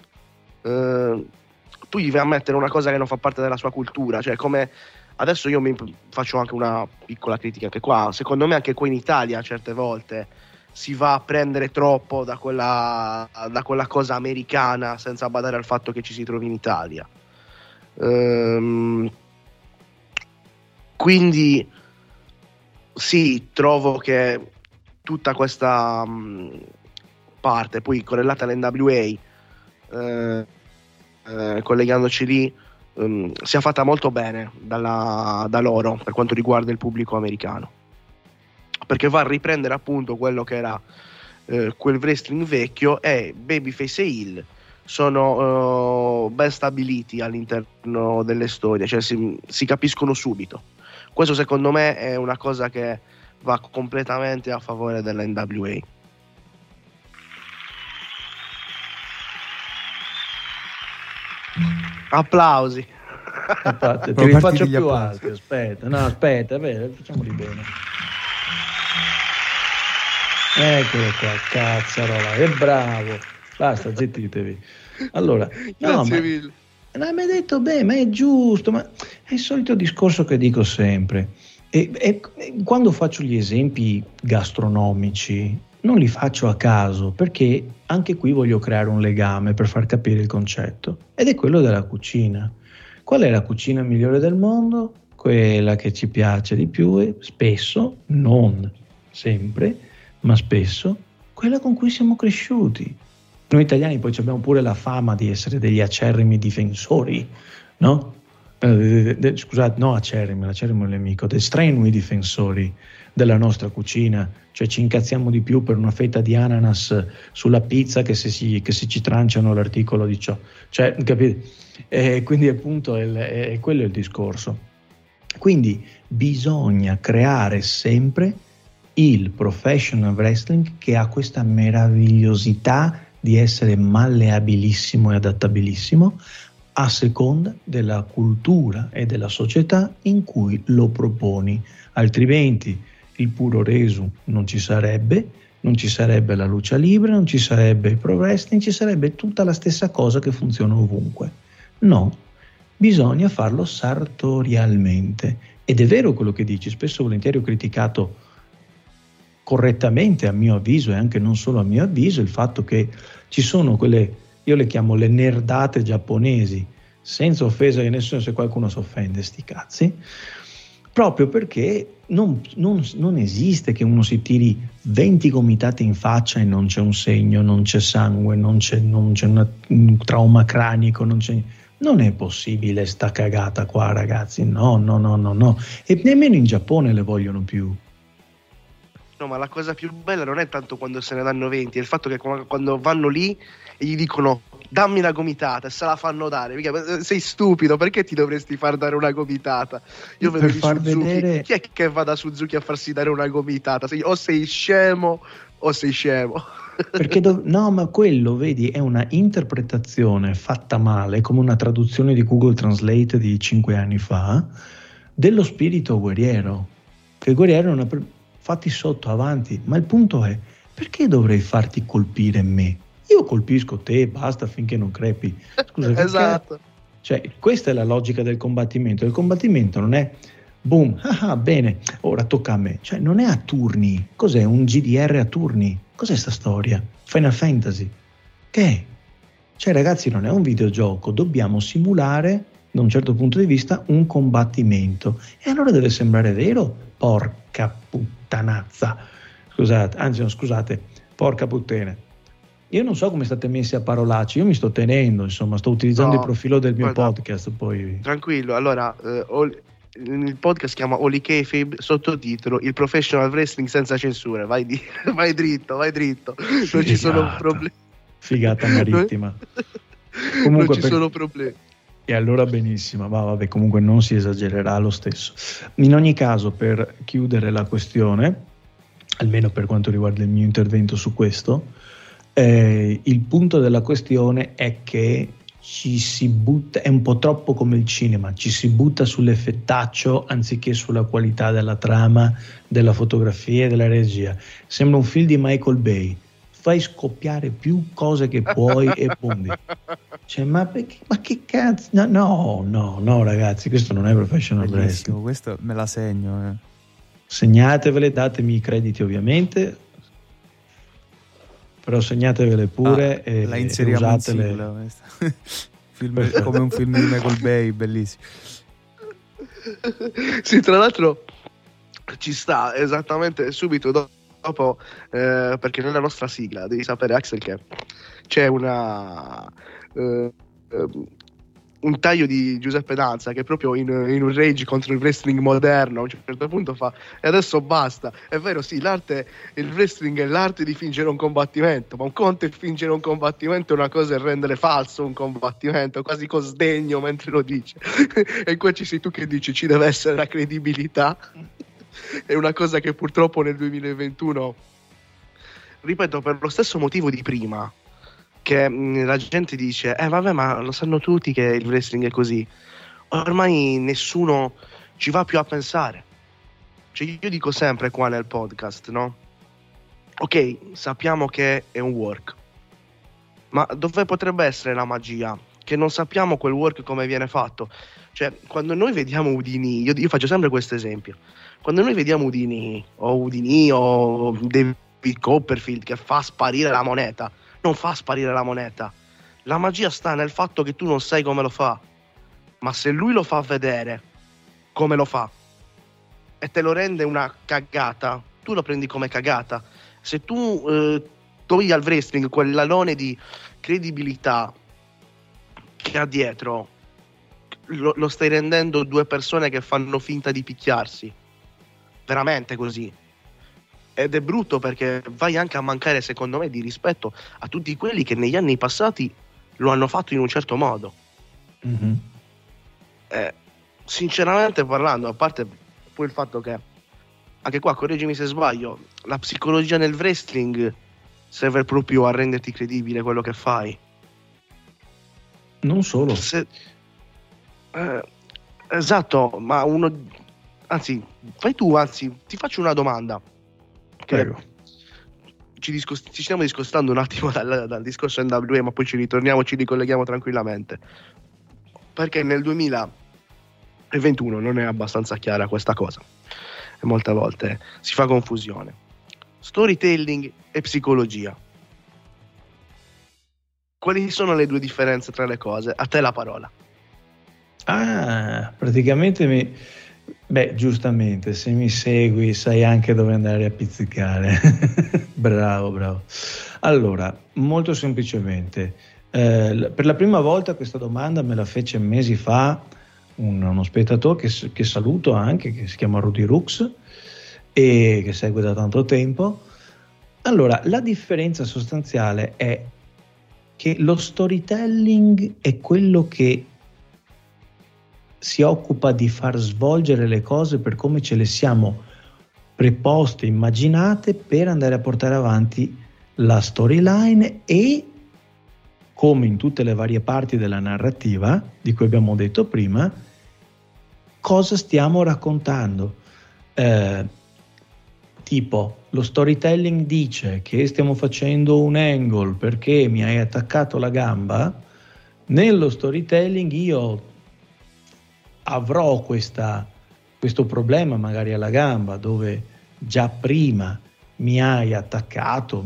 Speaker 2: Tu gli vai a mettere una cosa che non fa parte della sua cultura, cioè come adesso io mi faccio anche una piccola critica anche qua, secondo me anche qua in Italia certe volte si va a prendere troppo da quella cosa americana senza badare al fatto che ci si trovi in Italia. Quindi sì, trovo che tutta questa parte poi correlata all'NWA, collegandoci lì, sia fatta molto bene da loro per quanto riguarda il pubblico americano, perché va a riprendere appunto quello che era quel wrestling vecchio, e babyface e heel sono ben stabiliti all'interno delle storie, cioè si capiscono subito. Questo secondo me è una cosa che va completamente a favore della NWA. Applausi.
Speaker 5: Ti rifaccio più alti, aspetta, vabbè, facciamoli bene. Eccolo qua, cazzarola, è bravo. Basta, zittitevi. Allora,
Speaker 2: grazie mille.
Speaker 5: No, mi hai detto bene, ma è giusto, ma è il solito discorso che dico sempre. E quando faccio gli esempi gastronomici non li faccio a caso, perché anche qui voglio creare un legame per far capire il concetto, ed è quello della cucina. Qual è la cucina migliore del mondo? Quella che ci piace di più e spesso, non sempre, ma spesso, quella con cui siamo cresciuti. Noi italiani poi abbiamo pure la fama di essere degli acerrimi difensori, no? Scusate, no acerrimi, l'acerrimo è il nemico, dei strenui difensori della nostra cucina, cioè ci incazziamo di più per una fetta di ananas sulla pizza che se ci tranciano l'articolo di ciò, cioè, capite? Quindi appunto è quello il discorso. Quindi bisogna creare sempre il professional wrestling che ha questa meravigliosità di essere malleabilissimo e adattabilissimo a seconda della cultura e della società in cui lo proponi, altrimenti il puro resu non ci sarebbe la luce libera, non ci sarebbe il pro wrestling, ci sarebbe tutta la stessa cosa che funziona ovunque. No, bisogna farlo sartorialmente. Ed è vero quello che dici, spesso e volentieri ho criticato correttamente a mio avviso e anche non solo a mio avviso il fatto che ci sono quelle, io le chiamo le nerdate giapponesi, senza offesa che nessuno, se qualcuno si offende sti cazzi, proprio perché non esiste che uno si tiri 20 gomitate in faccia e non c'è un segno, non c'è sangue, non c'è un trauma cranico, non è possibile sta cagata qua, ragazzi, no, e nemmeno in Giappone le vogliono più.
Speaker 2: No, ma la cosa più bella non è tanto quando se ne danno 20, è il fatto che quando vanno lì e gli dicono dammi la gomitata e se la fanno dare. Mica, sei stupido, perché ti dovresti far dare una gomitata? Io vedo di Suzuki, vedere... chi è che va da Suzuki a farsi dare una gomitata? O sei scemo o sei scemo.
Speaker 5: Perché no, ma quello, vedi, è una interpretazione fatta male, come una traduzione di Google Translate di 5 anni fa, dello spirito guerriero. Che il guerriero è una... fatti sotto, avanti, ma il punto è, perché dovrei farti colpire me? Io colpisco te, basta finché non crepi. Scusa,
Speaker 2: esatto.
Speaker 5: Cioè, questa è la logica del combattimento. Il combattimento non è boom, bene, ora tocca a me. Cioè, non è a turni. Cos'è un GDR a turni? Cos'è sta storia? Final Fantasy? Che è? Cioè, ragazzi, non è un videogioco, dobbiamo simulare, da un certo punto di vista, un combattimento. E allora deve sembrare vero? Porca puttanazza. Scusate, porca puttana. Io non so come state messi a parolacce, io mi sto tenendo, insomma, sto utilizzando il profilo del mio podcast. Poi
Speaker 2: tranquillo, allora il podcast si chiama Holy Kayfabe, sottotitolo Il Professional Wrestling senza censura. Vai dritto, non ci sono problemi.
Speaker 5: Figata marittima.
Speaker 2: Comunque, non ci sono problemi.
Speaker 5: E allora benissimo, ma vabbè, comunque non si esagererà lo stesso. In ogni caso, per chiudere la questione, almeno per quanto riguarda il mio intervento su questo, il punto della questione è che ci si butta, è un po' troppo come il cinema, ci si butta sull'effettaccio anziché sulla qualità della trama, della fotografia e della regia. Sembra un film di Michael Bay. Fai scoppiare più cose che puoi e bondi. Cioè, ma che cazzo? No, ragazzi, questo non è professional wrestling.
Speaker 3: Questo me la segno.
Speaker 5: Segnatevele, datemi i crediti ovviamente, però segnatevele pure e
Speaker 3: la inseriamo
Speaker 5: usatele.
Speaker 3: In sigla, come un film di Michael Bay, bellissimo.
Speaker 2: Sì, tra l'altro ci sta esattamente subito dopo, perché nella nostra sigla devi sapere, Axel, che c'è un taglio di Giuseppe Danza che proprio in un rage contro il wrestling moderno a un certo punto fa e adesso basta. È vero, sì, il wrestling è l'arte di fingere un combattimento, ma un conto è fingere un combattimento, una cosa è rendere falso un combattimento, quasi con sdegno mentre lo dice. E qua ci sei tu che dici ci deve essere la credibilità. È una cosa che purtroppo nel 2021, ripeto, per lo stesso motivo di prima, che la gente dice vabbè, ma lo sanno tutti che il wrestling è così, ormai nessuno ci va più a pensare. Cioè, io dico sempre qua nel podcast, no? Ok, sappiamo che è un work, ma dove potrebbe essere la magia? Che non sappiamo quel work come viene fatto. Cioè, quando noi vediamo Houdini, io faccio sempre questo esempio, quando noi vediamo Houdini o David Copperfield che fa sparire la moneta, non fa sparire la moneta. La magia sta nel fatto che tu non sai come lo fa. ma se lui lo fa vedere come lo fa e te lo rende una cagata, tu lo prendi come cagata. Se tu togli al wrestling quell'alone di credibilità che ha dietro, lo stai rendendo due persone che fanno finta di picchiarsi, veramente così. Ed è brutto, perché vai anche a mancare, secondo me, di rispetto a tutti quelli che negli anni passati lo hanno fatto in un certo modo.
Speaker 5: Mm-hmm.
Speaker 2: Sinceramente parlando, a parte poi il fatto che anche qua, correggimi se sbaglio, la psicologia nel wrestling serve proprio a renderti credibile quello che fai.
Speaker 5: Non solo.
Speaker 2: Esatto, ma anzi, fai tu, anzi, ti faccio una domanda.
Speaker 5: Prego.
Speaker 2: Ci stiamo discostando un attimo dal discorso NWA, ma poi ci ritorniamo, ci ricolleghiamo tranquillamente, perché nel 2021 non è abbastanza chiara questa cosa e molte volte si fa confusione. Storytelling e psicologia, quali sono le due differenze tra le cose? A te la parola.
Speaker 5: Praticamente giustamente, se mi segui sai anche dove andare a pizzicare. Bravo. Allora, molto semplicemente, per la prima volta questa domanda me la fece mesi fa uno spettatore che saluto anche, che si chiama Rudy Rux e che segue da tanto tempo. Allora, la differenza sostanziale è che lo storytelling è quello che si occupa di far svolgere le cose per come ce le siamo preposte, immaginate, per andare a portare avanti la storyline, e come in tutte le varie parti della narrativa di cui abbiamo detto prima, cosa stiamo raccontando. Tipo, lo storytelling dice che stiamo facendo un angle perché mi hai attaccato la gamba. Nello storytelling io avrò questo problema magari alla gamba, dove già prima mi hai attaccato,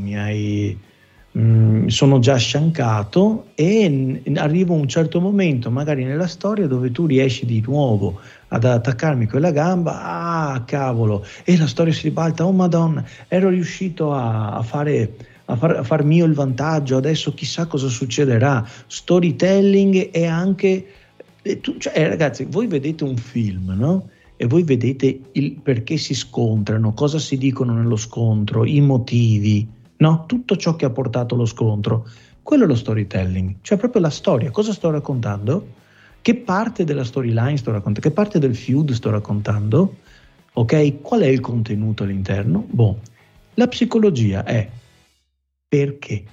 Speaker 5: sono già sciancato, e arriva un certo momento magari nella storia dove tu riesci di nuovo ad attaccarmi quella gamba, cavolo, e la storia si ribalta, oh madonna, ero riuscito a far mio il vantaggio, adesso chissà cosa succederà. Storytelling è anche ragazzi, voi vedete un film, no? E voi vedete il perché si scontrano, cosa si dicono nello scontro, i motivi, no? Tutto ciò che ha portato lo scontro. Quello è lo storytelling, cioè proprio la storia. Cosa sto raccontando? Che parte della storyline sto raccontando? Che parte del feud sto raccontando? Ok? Qual è il contenuto all'interno? La psicologia è perché.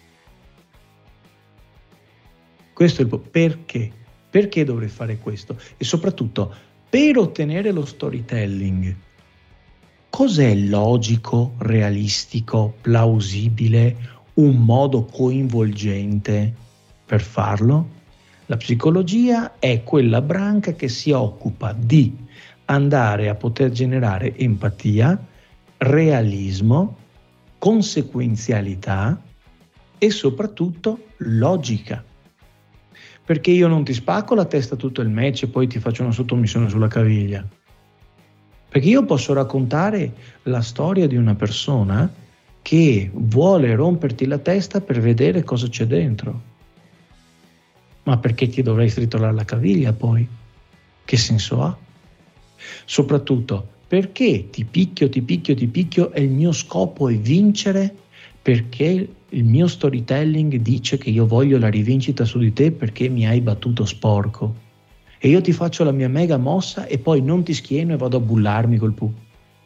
Speaker 5: Questo è il perché. Perché dovrei fare questo? E soprattutto, per ottenere lo storytelling, cos'è logico, realistico, plausibile, un modo coinvolgente per farlo? La psicologia è quella branca che si occupa di andare a poter generare empatia, realismo, conseguenzialità e soprattutto logica. Perché io non ti spacco la testa tutto il match e poi ti faccio una sottomissione sulla caviglia. Perché io posso raccontare la storia di una persona che vuole romperti la testa per vedere cosa c'è dentro. Ma perché ti dovrei stritolare la caviglia poi? Che senso ha? Soprattutto, perché ti picchio e il mio scopo è vincere? Perché il mio storytelling dice che io voglio la rivincita su di te perché mi hai battuto sporco, e io ti faccio la mia mega mossa e poi non ti schieno e vado a bullarmi col pu.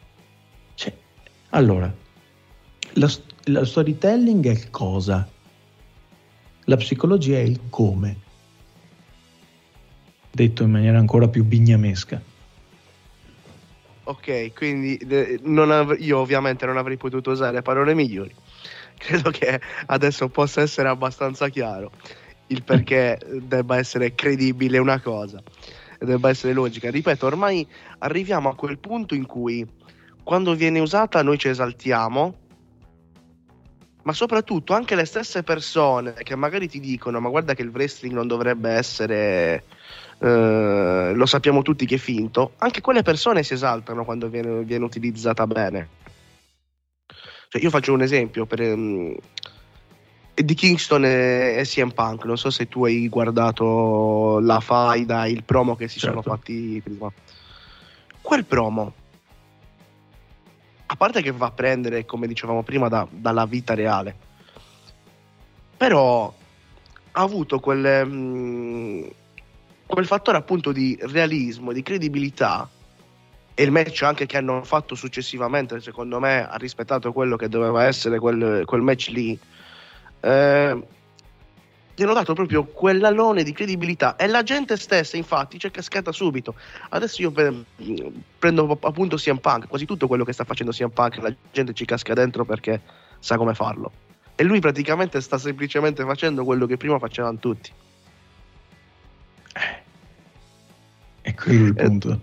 Speaker 5: Allora, lo storytelling è il cosa, la psicologia è il come, detto in maniera ancora più bignamesca.
Speaker 2: Ok, quindi io ovviamente non avrei potuto usare parole migliori. Credo che adesso possa essere abbastanza chiaro il perché debba essere credibile una cosa, debba essere logica. Ripeto, ormai arriviamo a quel punto in cui quando viene usata noi ci esaltiamo ma soprattutto anche le stesse persone che magari ti dicono: ma guarda che il wrestling non dovrebbe essere, lo sappiamo tutti che è finto, anche quelle persone si esaltano quando viene utilizzata bene. Cioè, io faccio un esempio di Kingston e CM Punk. Non so se tu hai guardato la faida, il promo che si sono fatti prima. Quel promo, a parte che va a prendere, come dicevamo prima, dalla vita reale, però ha avuto quel fattore appunto di realismo, di credibilità, e il match anche che hanno fatto successivamente, secondo me, ha rispettato quello che doveva essere quel match lì. Gli hanno dato proprio quell'alone di credibilità, e la gente stessa infatti c'è cascata subito. Adesso io prendo appunto CM Punk, quasi tutto quello che sta facendo CM Punk la gente ci casca dentro perché sa come farlo, e lui praticamente sta semplicemente facendo quello che prima facevano tutti.
Speaker 5: È quello il punto.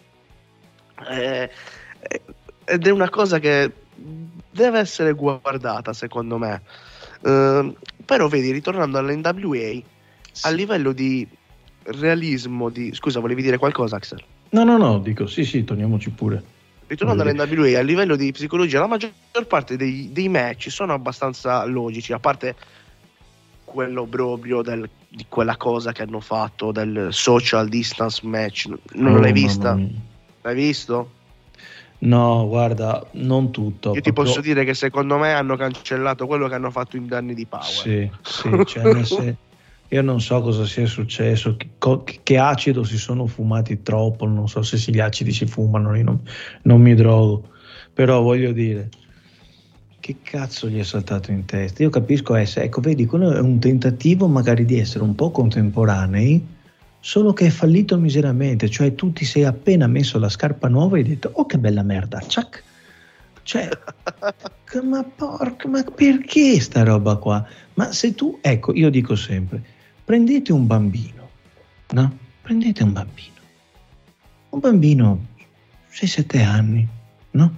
Speaker 2: Ed è una cosa che deve essere guardata, secondo me. Però vedi, ritornando all'NWA, a livello di realismo scusa, volevi dire qualcosa, Axel?
Speaker 5: No, dico sì, torniamoci pure.
Speaker 2: Ritornando all'NWA, a livello di psicologia, la maggior parte dei match sono abbastanza logici, a parte quello proprio di quella cosa che hanno fatto del social distance match. Non l'hai vista? L'hai visto?
Speaker 5: No, guarda, non tutto.
Speaker 2: Io ti posso dire che secondo me hanno cancellato quello che hanno fatto in Danni di Power.
Speaker 5: Sì, cioè, io non so cosa sia successo, che acido si sono fumati troppo, non so se gli acidi si fumano, io non mi drogo, però voglio dire, che cazzo gli è saltato in testa? Io capisco, ecco, vedi, quello è un tentativo magari di essere un po' contemporanei, solo che è fallito miseramente. Cioè tu ti sei appena messo la scarpa nuova e hai detto: oh che bella merda, ciac. Cioè ma perché sta roba qua? Ma se tu, ecco, io dico sempre, prendete un bambino, no? Prendete un bambino 6-7 anni, no?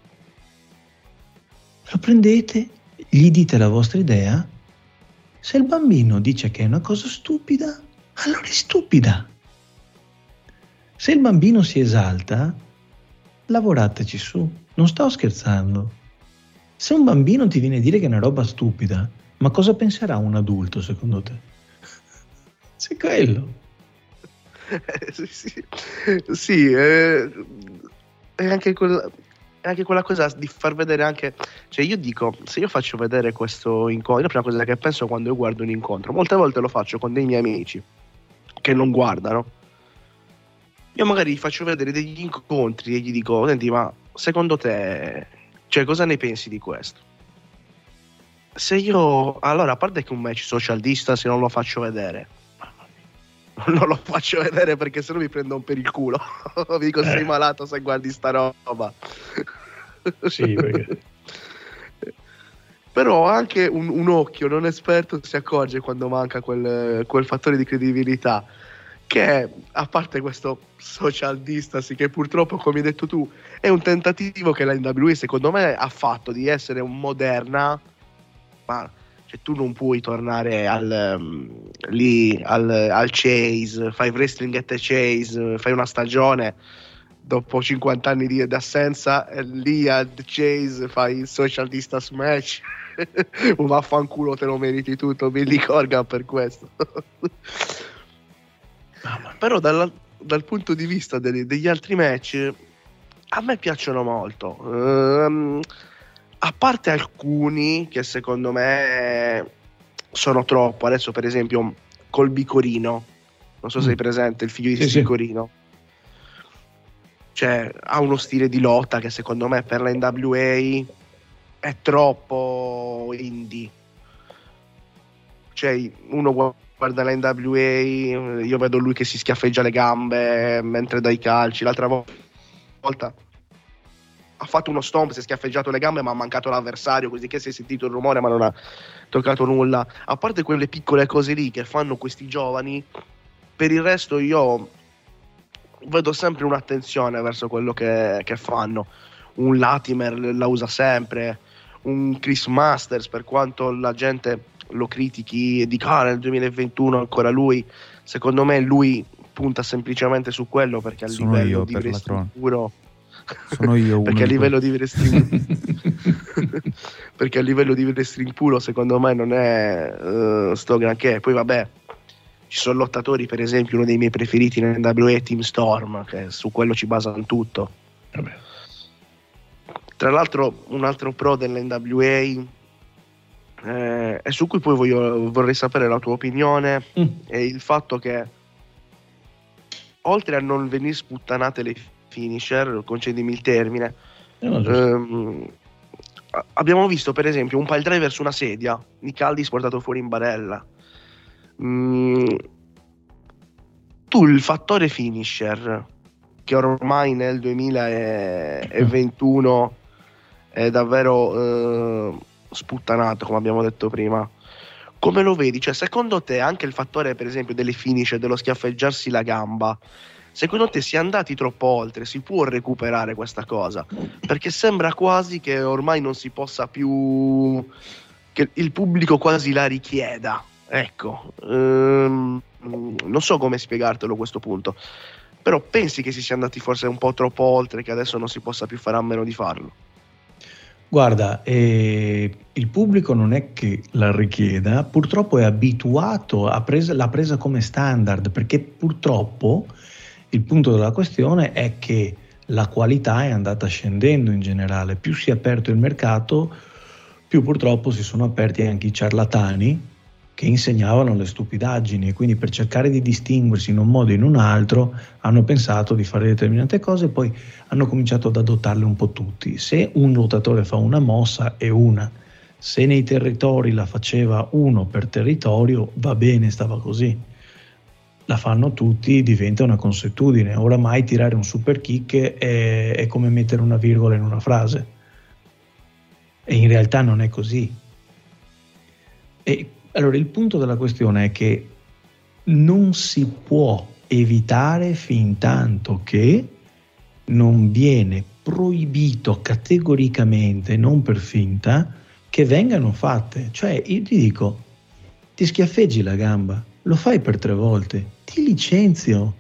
Speaker 5: Lo prendete, gli dite la vostra idea, se il bambino dice che è una cosa stupida, allora è stupida. Se il bambino si esalta, lavorateci su, non sto scherzando. Se un bambino ti viene a dire che è una roba stupida, ma cosa penserà un adulto secondo te? C'è quello.
Speaker 2: Sì, è anche quella cosa di far vedere anche, cioè io dico, se io faccio vedere questo incontro, la prima cosa che penso quando io guardo un incontro, molte volte lo faccio con dei miei amici che non guardano, io magari gli faccio vedere degli incontri e gli dico: senti, ma secondo te, cioè, cosa ne pensi di questo? Se io, allora, a parte che un match social distance non lo faccio vedere, non lo faccio vedere perché sennò mi prendo per il culo. Vi dico: sei malato se guardi sta roba.
Speaker 5: Sì, perché
Speaker 2: però anche un occhio non esperto si accorge quando manca quel fattore di credibilità, che a parte questo social distance, che purtroppo, come hai detto tu, è un tentativo che la NWA secondo me ha fatto di essere un moderna, ma cioè, tu non puoi tornare al Chase, fai wrestling at the Chase, fai una stagione dopo 50 anni di assenza, lì al Chase fai il social distance match. Vaffanculo, te lo meriti tutto, Billy Corgan, per questo. Però dal punto di vista degli altri match, a me piacciono molto, a parte alcuni che secondo me sono troppo. Adesso per esempio col Bicorino, non so se sei presente, il figlio di Bicorino. Cioè ha uno stile di lotta che secondo me per la NWA è troppo indie. Cioè uno guarda la NWA, io vedo lui che si schiaffeggia le gambe mentre dà i calci. L'altra volta ha fatto uno stomp, si è schiaffeggiato le gambe ma ha mancato l'avversario, così che si è sentito il rumore ma non ha toccato nulla. A parte quelle piccole cose lì che fanno questi giovani, per il resto io vedo sempre un'attenzione verso quello che fanno. Un Latimer la usa sempre, un Chris Masters, per quanto la gente lo critichi e dica nel 2021 ancora lui, secondo me lui punta semplicemente su quello, perché a
Speaker 3: Sono
Speaker 2: livello
Speaker 3: io,
Speaker 2: di
Speaker 3: per la
Speaker 2: wrestling puro
Speaker 3: Sono io uno
Speaker 2: perché a
Speaker 3: di
Speaker 2: livello di wrestling perché a livello di wrestling puro secondo me non è sto granché. Poi vabbè, ci sono lottatori, per esempio uno dei miei preferiti nel NWA, Team Storm, che su quello ci basano tutto.
Speaker 5: Vabbè.
Speaker 2: Tra l'altro un altro pro dell'NWA e su cui poi vorrei sapere la tua opinione è il fatto che, oltre a non venire sputtanate le finisher, concedimi il termine, abbiamo visto per esempio un pile driver su una sedia, Nick Aldis portato fuori in barella. Tu il fattore finisher, che ormai nel 2021 è davvero sputtanato, come abbiamo detto prima, come lo vedi? Cioè, secondo te anche il fattore, per esempio, delle finisher, dello schiaffeggiarsi la gamba, secondo te si è andati troppo oltre? Si può recuperare questa cosa? Perché sembra quasi che ormai non si possa più, che il pubblico quasi la richieda. Ecco, non so come spiegartelo questo punto, però pensi che si sia andati forse un po' troppo oltre, che adesso non si possa più fare a meno di farlo?
Speaker 5: Guarda, il pubblico non è che la richieda, purtroppo è abituato, l'ha presa come standard, perché purtroppo il punto della questione è che la qualità è andata scendendo in generale. Più si è aperto il mercato, più purtroppo si sono aperti anche i ciarlatani che insegnavano le stupidaggini, e quindi per cercare di distinguersi in un modo o in un altro hanno pensato di fare determinate cose e poi hanno cominciato ad adottarle un po' tutti. Se un lottatore fa una mossa è una, se nei territori la faceva uno per territorio va bene, stava così. La fanno tutti, diventa una consuetudine. Oramai tirare un super kick è come mettere una virgola in una frase, e in realtà non è così. E allora il punto della questione è che non si può evitare fin tanto che non viene proibito categoricamente, non per finta, che vengano fatte. Cioè, io ti dico, ti schiaffeggi la gamba, lo fai per 3 volte, ti licenzio,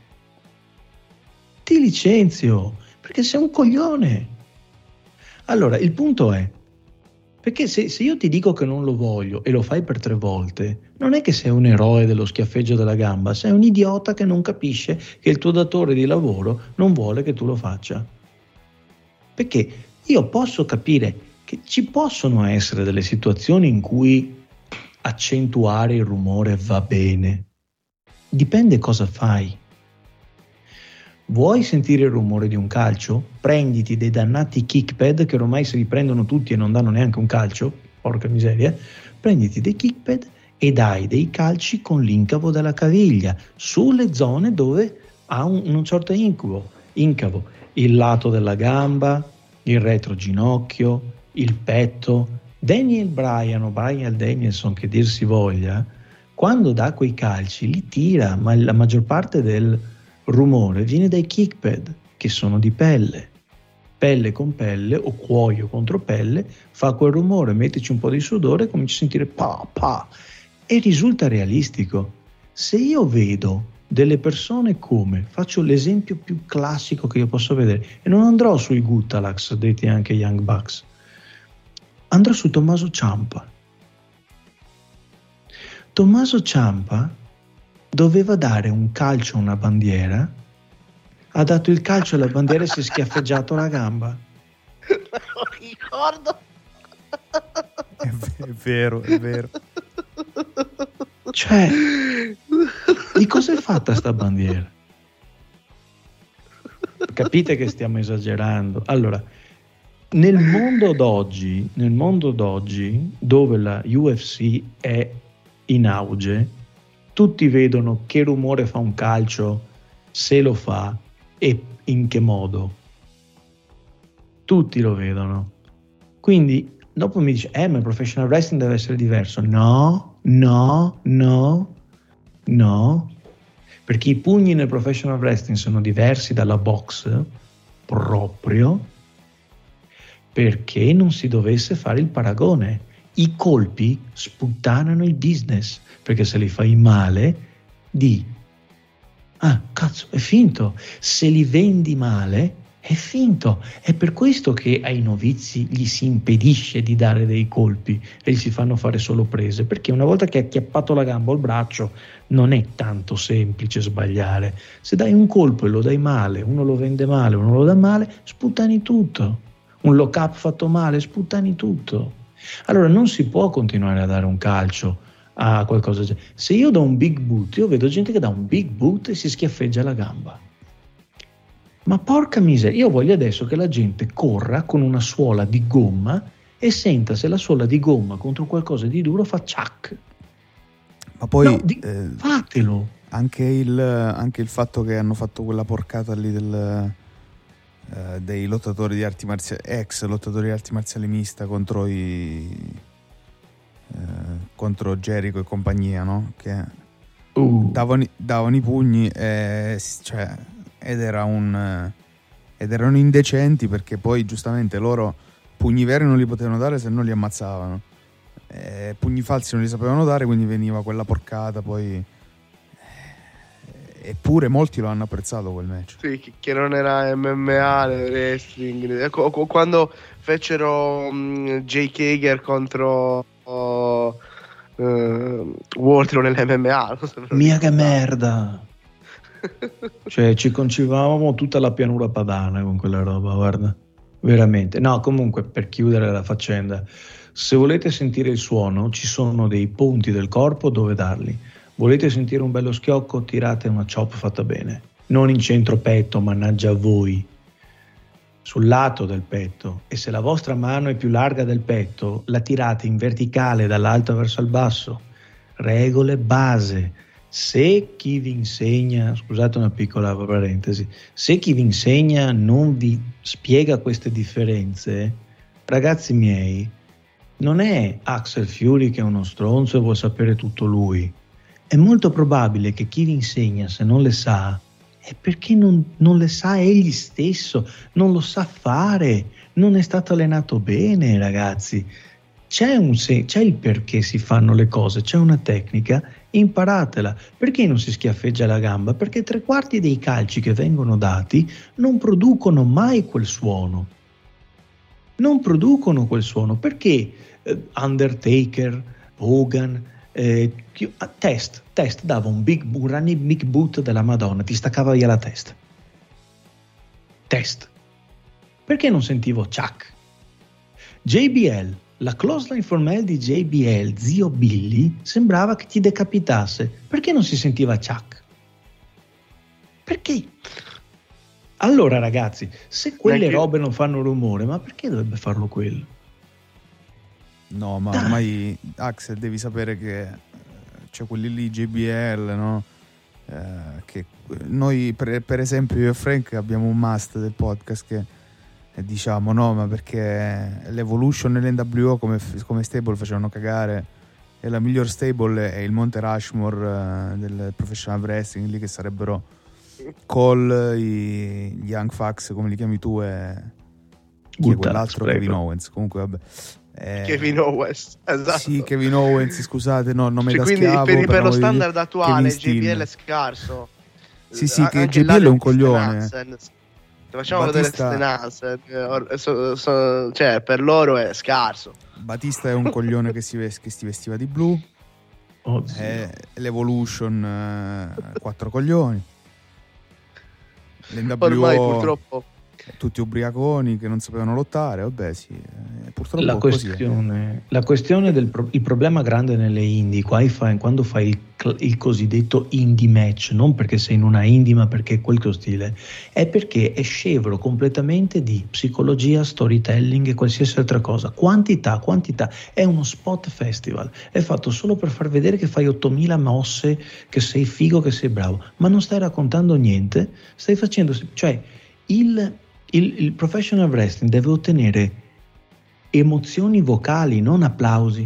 Speaker 5: perché sei un coglione. Allora, il punto è, perché se io ti dico che non lo voglio e lo fai per 3 volte, non è che sei un eroe dello schiaffeggio della gamba, sei un idiota che non capisce che il tuo datore di lavoro non vuole che tu lo faccia. Perché io posso capire che ci possono essere delle situazioni in cui accentuare il rumore va bene. Dipende cosa fai. Vuoi sentire il rumore di un calcio? Prenditi dei dannati kickpad che ormai se li prendono tutti e non danno neanche un calcio, porca miseria. Prenditi dei kickpad e dai dei calci con l'incavo della caviglia sulle zone dove ha un certo incavo, il lato della gamba, il retroginocchio, il petto. Daniel Bryan o Bryan Danielson, che dir si voglia, quando dà quei calci li tira, ma la maggior parte del rumore viene dai kickpad, che sono di pelle con pelle o cuoio contro pelle, fa quel rumore, mettici un po' di sudore e cominci a sentire pa pa, e risulta realistico. Se io vedo delle persone, come faccio l'esempio più classico che io posso vedere, e non andrò sui Gutalax, detti anche Young Bucks, andrò su Tommaso Ciampa. Tommaso Ciampa doveva dare un calcio a una bandiera, ha dato il calcio alla bandiera e si è schiaffeggiato la gamba.
Speaker 2: Non ricordo.
Speaker 3: È vero.
Speaker 5: Cioè, di cosa è fatta sta bandiera? Capite che stiamo esagerando. Allora, nel mondo d'oggi, dove la UFC è in auge, tutti vedono che rumore fa un calcio, se lo fa e in che modo. Tutti lo vedono. Quindi dopo mi dice, ma il professional wrestling deve essere diverso. No, perché i pugni nel professional wrestling sono diversi dalla box, proprio perché non si dovesse fare il paragone. I colpi sputtanano il business, perché se li fai male cazzo, è finto. Se li vendi male è finto. È per questo che ai novizi gli si impedisce di dare dei colpi e gli si fanno fare solo prese, perché una volta che hai acchiappato la gamba o il braccio non è tanto semplice sbagliare. Se dai un colpo e lo dai male, uno lo vende male, uno lo dà male, sputtani tutto. Un lock up fatto male, sputtani tutto. Allora non si può continuare a dare un calcio a qualcosa. Se io do un big boot, io vedo gente che dà un big boot e si schiaffeggia la gamba. Ma porca miseria, io voglio adesso che la gente corra con una suola di gomma e senta se la suola di gomma contro qualcosa di duro fa ciac.
Speaker 3: Ma poi
Speaker 5: fatelo.
Speaker 3: Anche il fatto che hanno fatto quella porcata lì dei lottatori di arti marziali, ex lottatori di arti marziali mista contro Jericho e compagnia, no? Che davano i pugni ed erano indecenti, perché poi giustamente loro pugni veri non li potevano dare, se no li ammazzavano, pugni falsi non li sapevano dare, quindi veniva quella porcata poi. Eppure molti lo hanno apprezzato quel match.
Speaker 2: Sì, che non era MMA, wrestling. Quando fecero Jake Hager contro Wardlow nell'MMA,
Speaker 5: mia che merda. Cioè ci concivavamo tutta la pianura padana con quella roba, guarda, veramente. No, comunque, per chiudere la faccenda, se volete sentire il suono ci sono dei punti del corpo dove darli. Volete sentire un bello schiocco? Tirate una chop fatta bene, non in centro petto, mannaggia a voi, sul lato del petto, e se la vostra mano è più larga del petto la tirate in verticale dall'alto verso il basso. Regole base. Se chi vi insegna, scusate una piccola parentesi, se chi vi insegna non vi spiega queste differenze, ragazzi miei, non è Axel Fury che è uno stronzo e vuol sapere tutto lui. È molto probabile che chi vi insegna, se non le sa, è perché non le sa egli stesso, non lo sa fare, non è stato allenato bene, ragazzi. C'è il perché si fanno le cose, c'è una tecnica, imparatela. Perché non si schiaffeggia la gamba? Perché 3/4 dei calci che vengono dati non producono mai quel suono. Non producono quel suono. Perché Undertaker, Hogan, Test dava un running big boot della Madonna, ti staccava via la testa. Test. Perché non sentivo ciac? JBL, la clothesline formel di JBL, zio Billy, sembrava che ti decapitasse. Perché non si sentiva ciac? Perché? Allora ragazzi, se quelle robe non fanno rumore, ma perché dovrebbe farlo quello?
Speaker 3: No, ma ormai Axel, devi sapere che c'è quelli lì JBL, no? Che noi per esempio io e Frank abbiamo un must del podcast che diciamo no, ma perché l'Evolution nell'NWO come stable facevano cagare, e la miglior stable è il Monte Rushmore del professional wrestling, lì che sarebbero Cole, gli Young Bucks come li chiami tu, e chi è quell'altro? Kevin Owens, comunque vabbè.
Speaker 2: Kevin Owens, esatto.
Speaker 3: Sì, Kevin Owens, scusate, no, nome da
Speaker 2: quindi
Speaker 3: schiavo.
Speaker 2: Per lo standard attuale JBL è scarso.
Speaker 3: Sì, che JBL è un coglione.
Speaker 2: Facciamo vedere Stenanze, cioè per loro è scarso.
Speaker 3: Batista è un coglione che si vestiva di blu. L'Evolution 4 coglioni. L'NWO
Speaker 2: ormai purtroppo
Speaker 3: tutti ubriaconi che non sapevano lottare, vabbè sì, purtroppo
Speaker 5: la questione il problema grande nelle indie quando fai il cosiddetto indie match, non perché sei in una indie ma perché è quel tuo stile, è perché è scevro completamente di psicologia, storytelling e qualsiasi altra cosa. Quantità, è uno spot festival, è fatto solo per far vedere che fai 8000 mosse, che sei figo, che sei bravo, ma non stai raccontando niente, stai facendo, cioè il professional wrestling deve ottenere emozioni vocali, non applausi.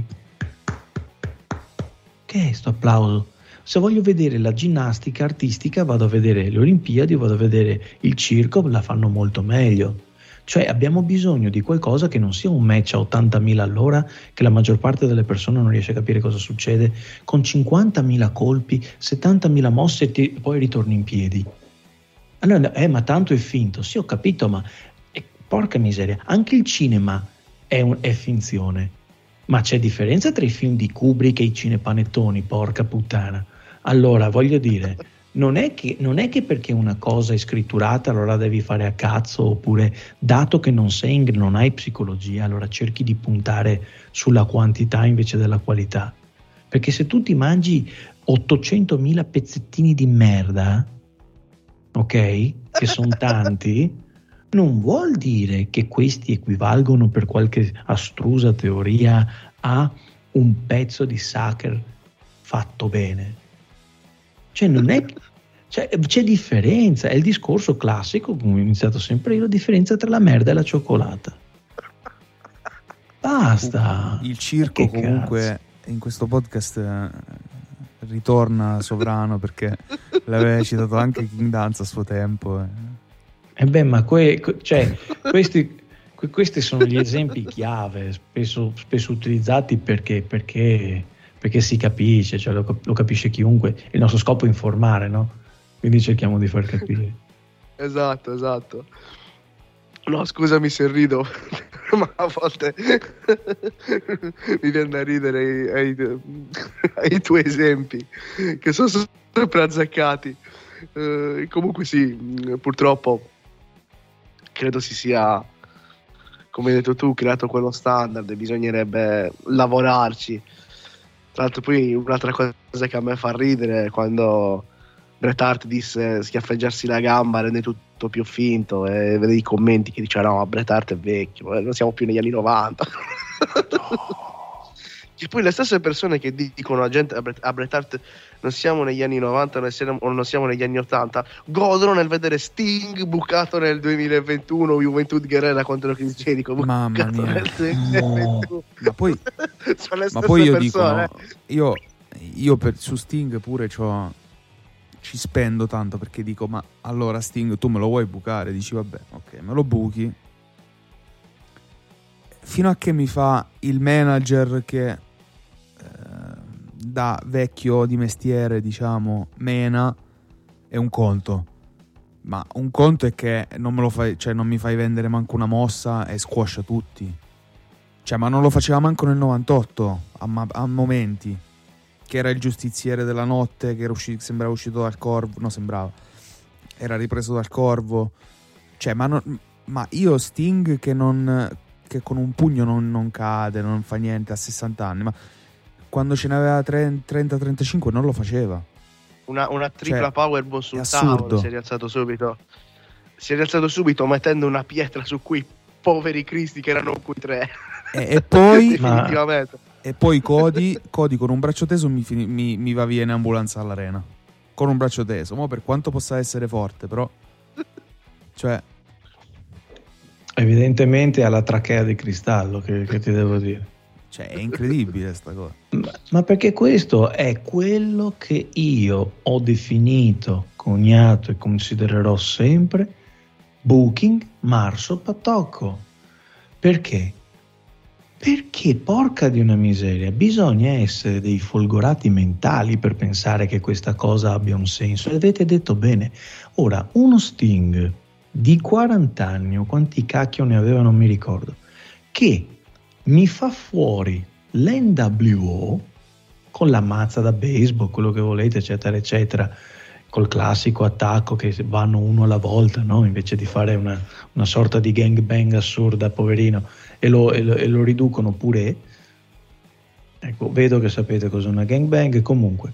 Speaker 5: Che è sto applauso? Se voglio vedere la ginnastica artistica vado a vedere le Olimpiadi, vado a vedere il circo, la fanno molto meglio. Cioè abbiamo bisogno di qualcosa che non sia un match a 80.000 all'ora, che la maggior parte delle persone non riesce a capire cosa succede, con 50.000 colpi, 70.000 mosse e poi ritorni in piedi. Allora, ma tanto è finto. Sì, ho capito, ma porca miseria, anche il cinema è finzione. Ma c'è differenza tra i film di Kubrick e i cinepanettoni, porca puttana. Allora, voglio dire, non è che perché una cosa è scritturata allora devi fare a cazzo, oppure dato che non hai psicologia, allora cerchi di puntare sulla quantità invece della qualità. Perché se tu ti mangi 800.000 pezzettini di merda, ok, che sono tanti, non vuol dire che questi equivalgono per qualche astrusa teoria a un pezzo di Sacher fatto bene. Cioè non è, c'è differenza, è il discorso classico, come ho iniziato sempre io, la differenza tra la merda e la cioccolata. Basta.
Speaker 3: Il circo comunque in questo podcast ritorna sovrano, perché l'aveva citato anche King Danza a suo tempo.
Speaker 5: Ma questi sono gli esempi chiave, spesso utilizzati perché si capisce, cioè lo capisce chiunque. Il nostro scopo è informare, no? Quindi cerchiamo di far capire.
Speaker 2: Esatto. No, scusami se rido, ma a volte mi viene da ridere ai tuoi esempi, che sono sempre azzeccati. Comunque sì, purtroppo credo si sia, come hai detto tu, creato quello standard e bisognerebbe lavorarci. Tra l'altro poi un'altra cosa che a me fa ridere è quando Bret Hart disse schiaffeggiarsi la gamba rende tutto più finto, e vedi i commenti che dice no, Bret Hart è vecchio, non siamo più negli anni 90. E poi le stesse persone che dicono a Bret Hart non siamo negli anni 90 o non siamo negli anni 80, godono nel vedere Sting bucato nel 2021, Juventud Guerrera contro Chris Jericho
Speaker 3: mamma mia.
Speaker 2: Nel 2021.
Speaker 3: Ma poi io
Speaker 2: persone.
Speaker 3: Dico, io su Sting pure ci spendo tanto, perché dico, ma allora Sting tu me lo vuoi bucare? Dici vabbè, ok, me lo buchi, fino a che mi fa il manager che da vecchio di mestiere, diciamo, mena, è un conto. Ma un conto è che non me lo fai, cioè non mi fai vendere manco una mossa e squascia tutti. Cioè, ma non lo faceva manco nel 98 a momenti, che era il giustiziere della notte, che era sembrava uscito dal corvo, no, sembrava era ripreso dal corvo. Cioè, ma io Sting che con un pugno non cade, non fa niente a 60 anni, ma quando ce n'aveva 30-35 non lo faceva.
Speaker 2: Una tripla, cioè, powerbomb sul
Speaker 3: tavolo,
Speaker 2: si è rialzato subito mettendo una pietra su quei poveri cristi che erano quei tre.
Speaker 3: E poi
Speaker 2: definitivamente.
Speaker 3: E poi Cody con un braccio teso mi va via in ambulanza all'arena con un braccio teso, mo per quanto possa essere forte, però cioè
Speaker 5: evidentemente ha la trachea di cristallo, che ti devo dire.
Speaker 3: Cioè è incredibile sta cosa.
Speaker 5: Ma perché questo è quello che io ho definito, coniato e considererò sempre booking Marso Patocco. Perché? Perché, porca di una miseria, bisogna essere dei folgorati mentali per pensare che questa cosa abbia un senso. E avete detto bene. Ora, uno Sting di 40 anni, o quanti cacchio ne aveva non mi ricordo, che mi fa fuori l'NWO con la mazza da baseball, quello che volete, eccetera, eccetera, col classico attacco che vanno uno alla volta, no? Invece di fare una sorta di gangbang assurda, poverino, e lo riducono pure. Ecco, vedo che sapete cos'è una gangbang. Comunque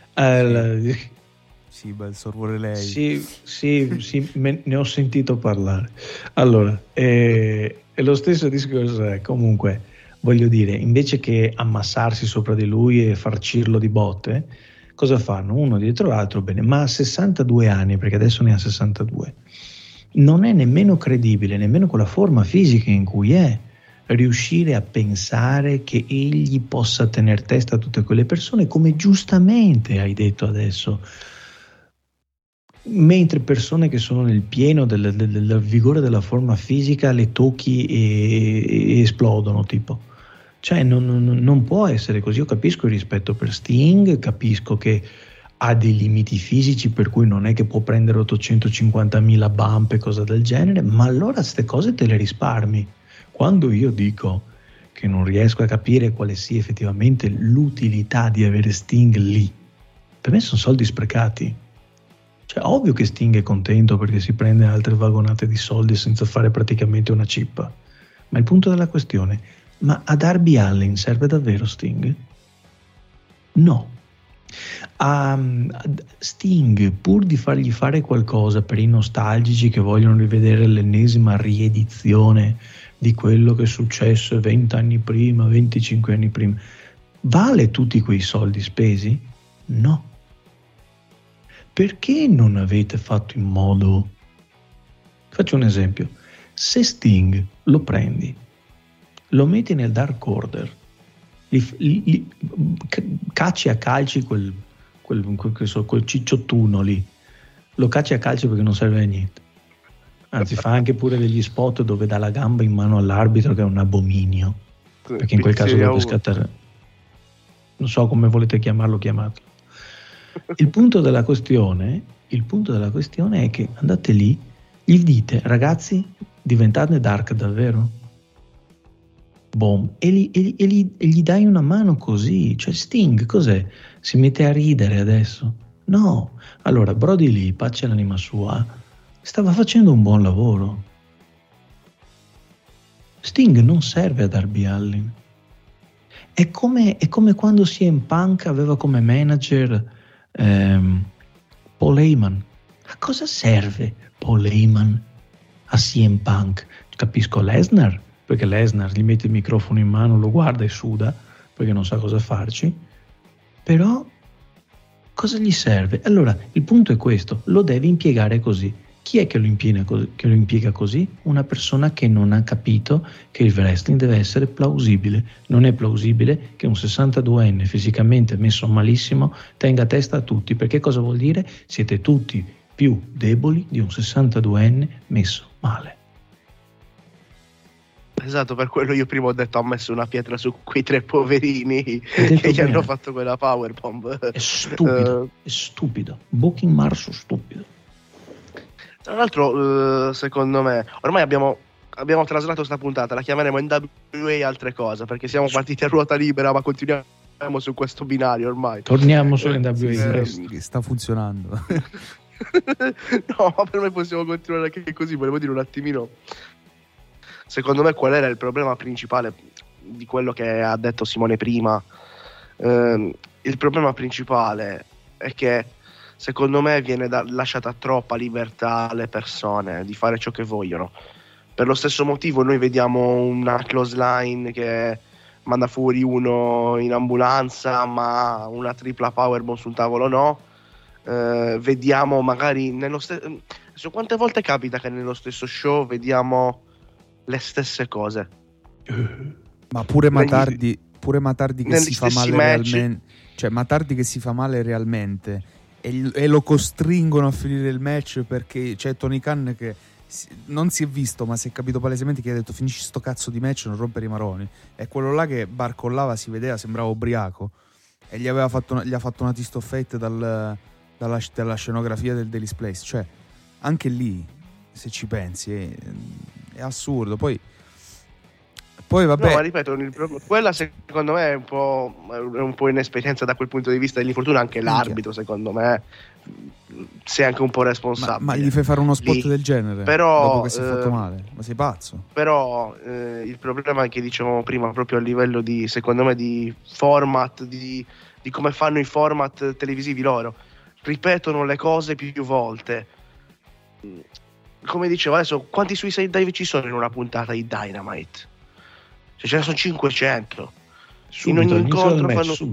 Speaker 3: sì, bel sorvore lei.
Speaker 5: Sì, ne ho sentito parlare. Allora, e lo stesso discorso è, comunque, voglio dire, invece che ammassarsi sopra di lui e farcirlo di botte, cosa fanno? Uno dietro l'altro, bene, ma a 62 anni, perché adesso ne ha 62, non è nemmeno credibile, nemmeno con la forma fisica in cui è, riuscire a pensare che egli possa tener testa a tutte quelle persone, come giustamente hai detto adesso. mentre persone che sono nel pieno del vigore della forma fisica le tocchi e esplodono, tipo. Cioè non può essere così. Io capisco il rispetto per Sting, capisco che ha dei limiti fisici per cui non è che può prendere 850.000 bump e cose del genere, ma allora queste cose te le risparmi. Quando io dico che non riesco a capire quale sia effettivamente l'utilità di avere Sting lì, per me sono soldi sprecati. Cioè, ovvio che Sting è contento perché si prende altre vagonate di soldi senza fare praticamente una cippa, ma il punto della questione, ma a Darby Allin serve davvero Sting? No. A Sting, pur di fargli fare qualcosa per i nostalgici che vogliono rivedere l'ennesima riedizione di quello che è successo 20 anni prima, 25 anni prima, vale tutti quei soldi spesi? No. Perché non avete fatto in modo... Faccio un esempio. Se Sting lo prendi, lo metti nel Dark Order, cacci a calci quel cicciottino lì, lo cacci a calci perché non serve a niente, anzi fa anche pure degli spot dove dà la gamba in mano all'arbitro, che è un abominio, perché in quel caso dovrebbe scattare, non so come volete chiamarlo, chiamatelo. Il punto della questione è che andate lì, gli dite: ragazzi, diventate dark davvero? Boom, e gli dai una mano così. Cioè, Sting cos'è? Si mette a ridere adesso? No. Allora Brody Lee, pace l'anima sua, stava facendo un buon lavoro. Sting non serve a Darby Allin. È come quando CM Punk aveva come manager Paul Heyman. A cosa serve Paul Heyman a CM Punk? Capisco Lesnar, perché Lesnar gli mette il microfono in mano, lo guarda e suda perché non sa cosa farci, però cosa gli serve? Allora il punto è questo: lo devi impiegare così. Chi è che lo impiega così? Una persona che non ha capito che il wrestling deve essere plausibile. Non è plausibile che un 62enne fisicamente messo malissimo tenga testa a tutti, perché cosa vuol dire? Siete tutti più deboli di un 62enne messo male.
Speaker 2: Esatto, per quello io prima ho detto: ha messo una pietra su quei tre poverini che gli hanno fatto quella powerbomb.
Speaker 5: È stupido, è stupido. Booking Marso stupido.
Speaker 2: Tra l'altro, secondo me, ormai abbiamo traslato sta puntata, la chiameremo NWA altre cose, perché siamo partiti a ruota libera, ma continuiamo su questo binario ormai.
Speaker 5: Torniamo sull'NWA.
Speaker 3: Sta funzionando.
Speaker 2: No, ma per me possiamo continuare anche così. Volevo dire un attimino, secondo me, qual era il problema principale di quello che ha detto Simone prima. Il problema principale è che secondo me viene lasciata troppa libertà alle persone di fare ciò che vogliono. Per lo stesso motivo noi vediamo una close line che manda fuori uno in ambulanza, ma una tripla powerbomb sul tavolo no. Vediamo magari su quante volte capita che nello stesso show vediamo le stesse cose,
Speaker 3: ma pure Matardi che si fa male realmente, cioè Matardi che si fa male realmente e lo costringono a finire il match, perché c'è Tony Khan che non si è visto, ma si è capito palesemente, che ha detto: finisci sto cazzo di match, non rompere i maroni. E quello là che barcollava, si vedeva, sembrava ubriaco, e gli ha fatto una twist of fate dalla scenografia del Daily's Place. Cioè anche lì, se ci pensi, è assurdo. Poi vabbè,
Speaker 2: no, ma ripeto, quella secondo me è un po' inesperienza da quel punto di vista dell'infortunio. Anche l'arbitro, secondo me, sei anche un po' responsabile.
Speaker 3: Ma gli fai fare uno spot del genere, però, dopo che si è fatto male? Ma sei pazzo?
Speaker 2: Però il problema è che dicevamo prima, proprio a livello di, secondo me, di format, di come fanno i format televisivi loro, ripetono le cose più volte. Come dicevo adesso, quanti suicide dive ci sono in una puntata di Dynamite? Cioè, ce ne sono 500.
Speaker 5: Subito,
Speaker 2: in ogni incontro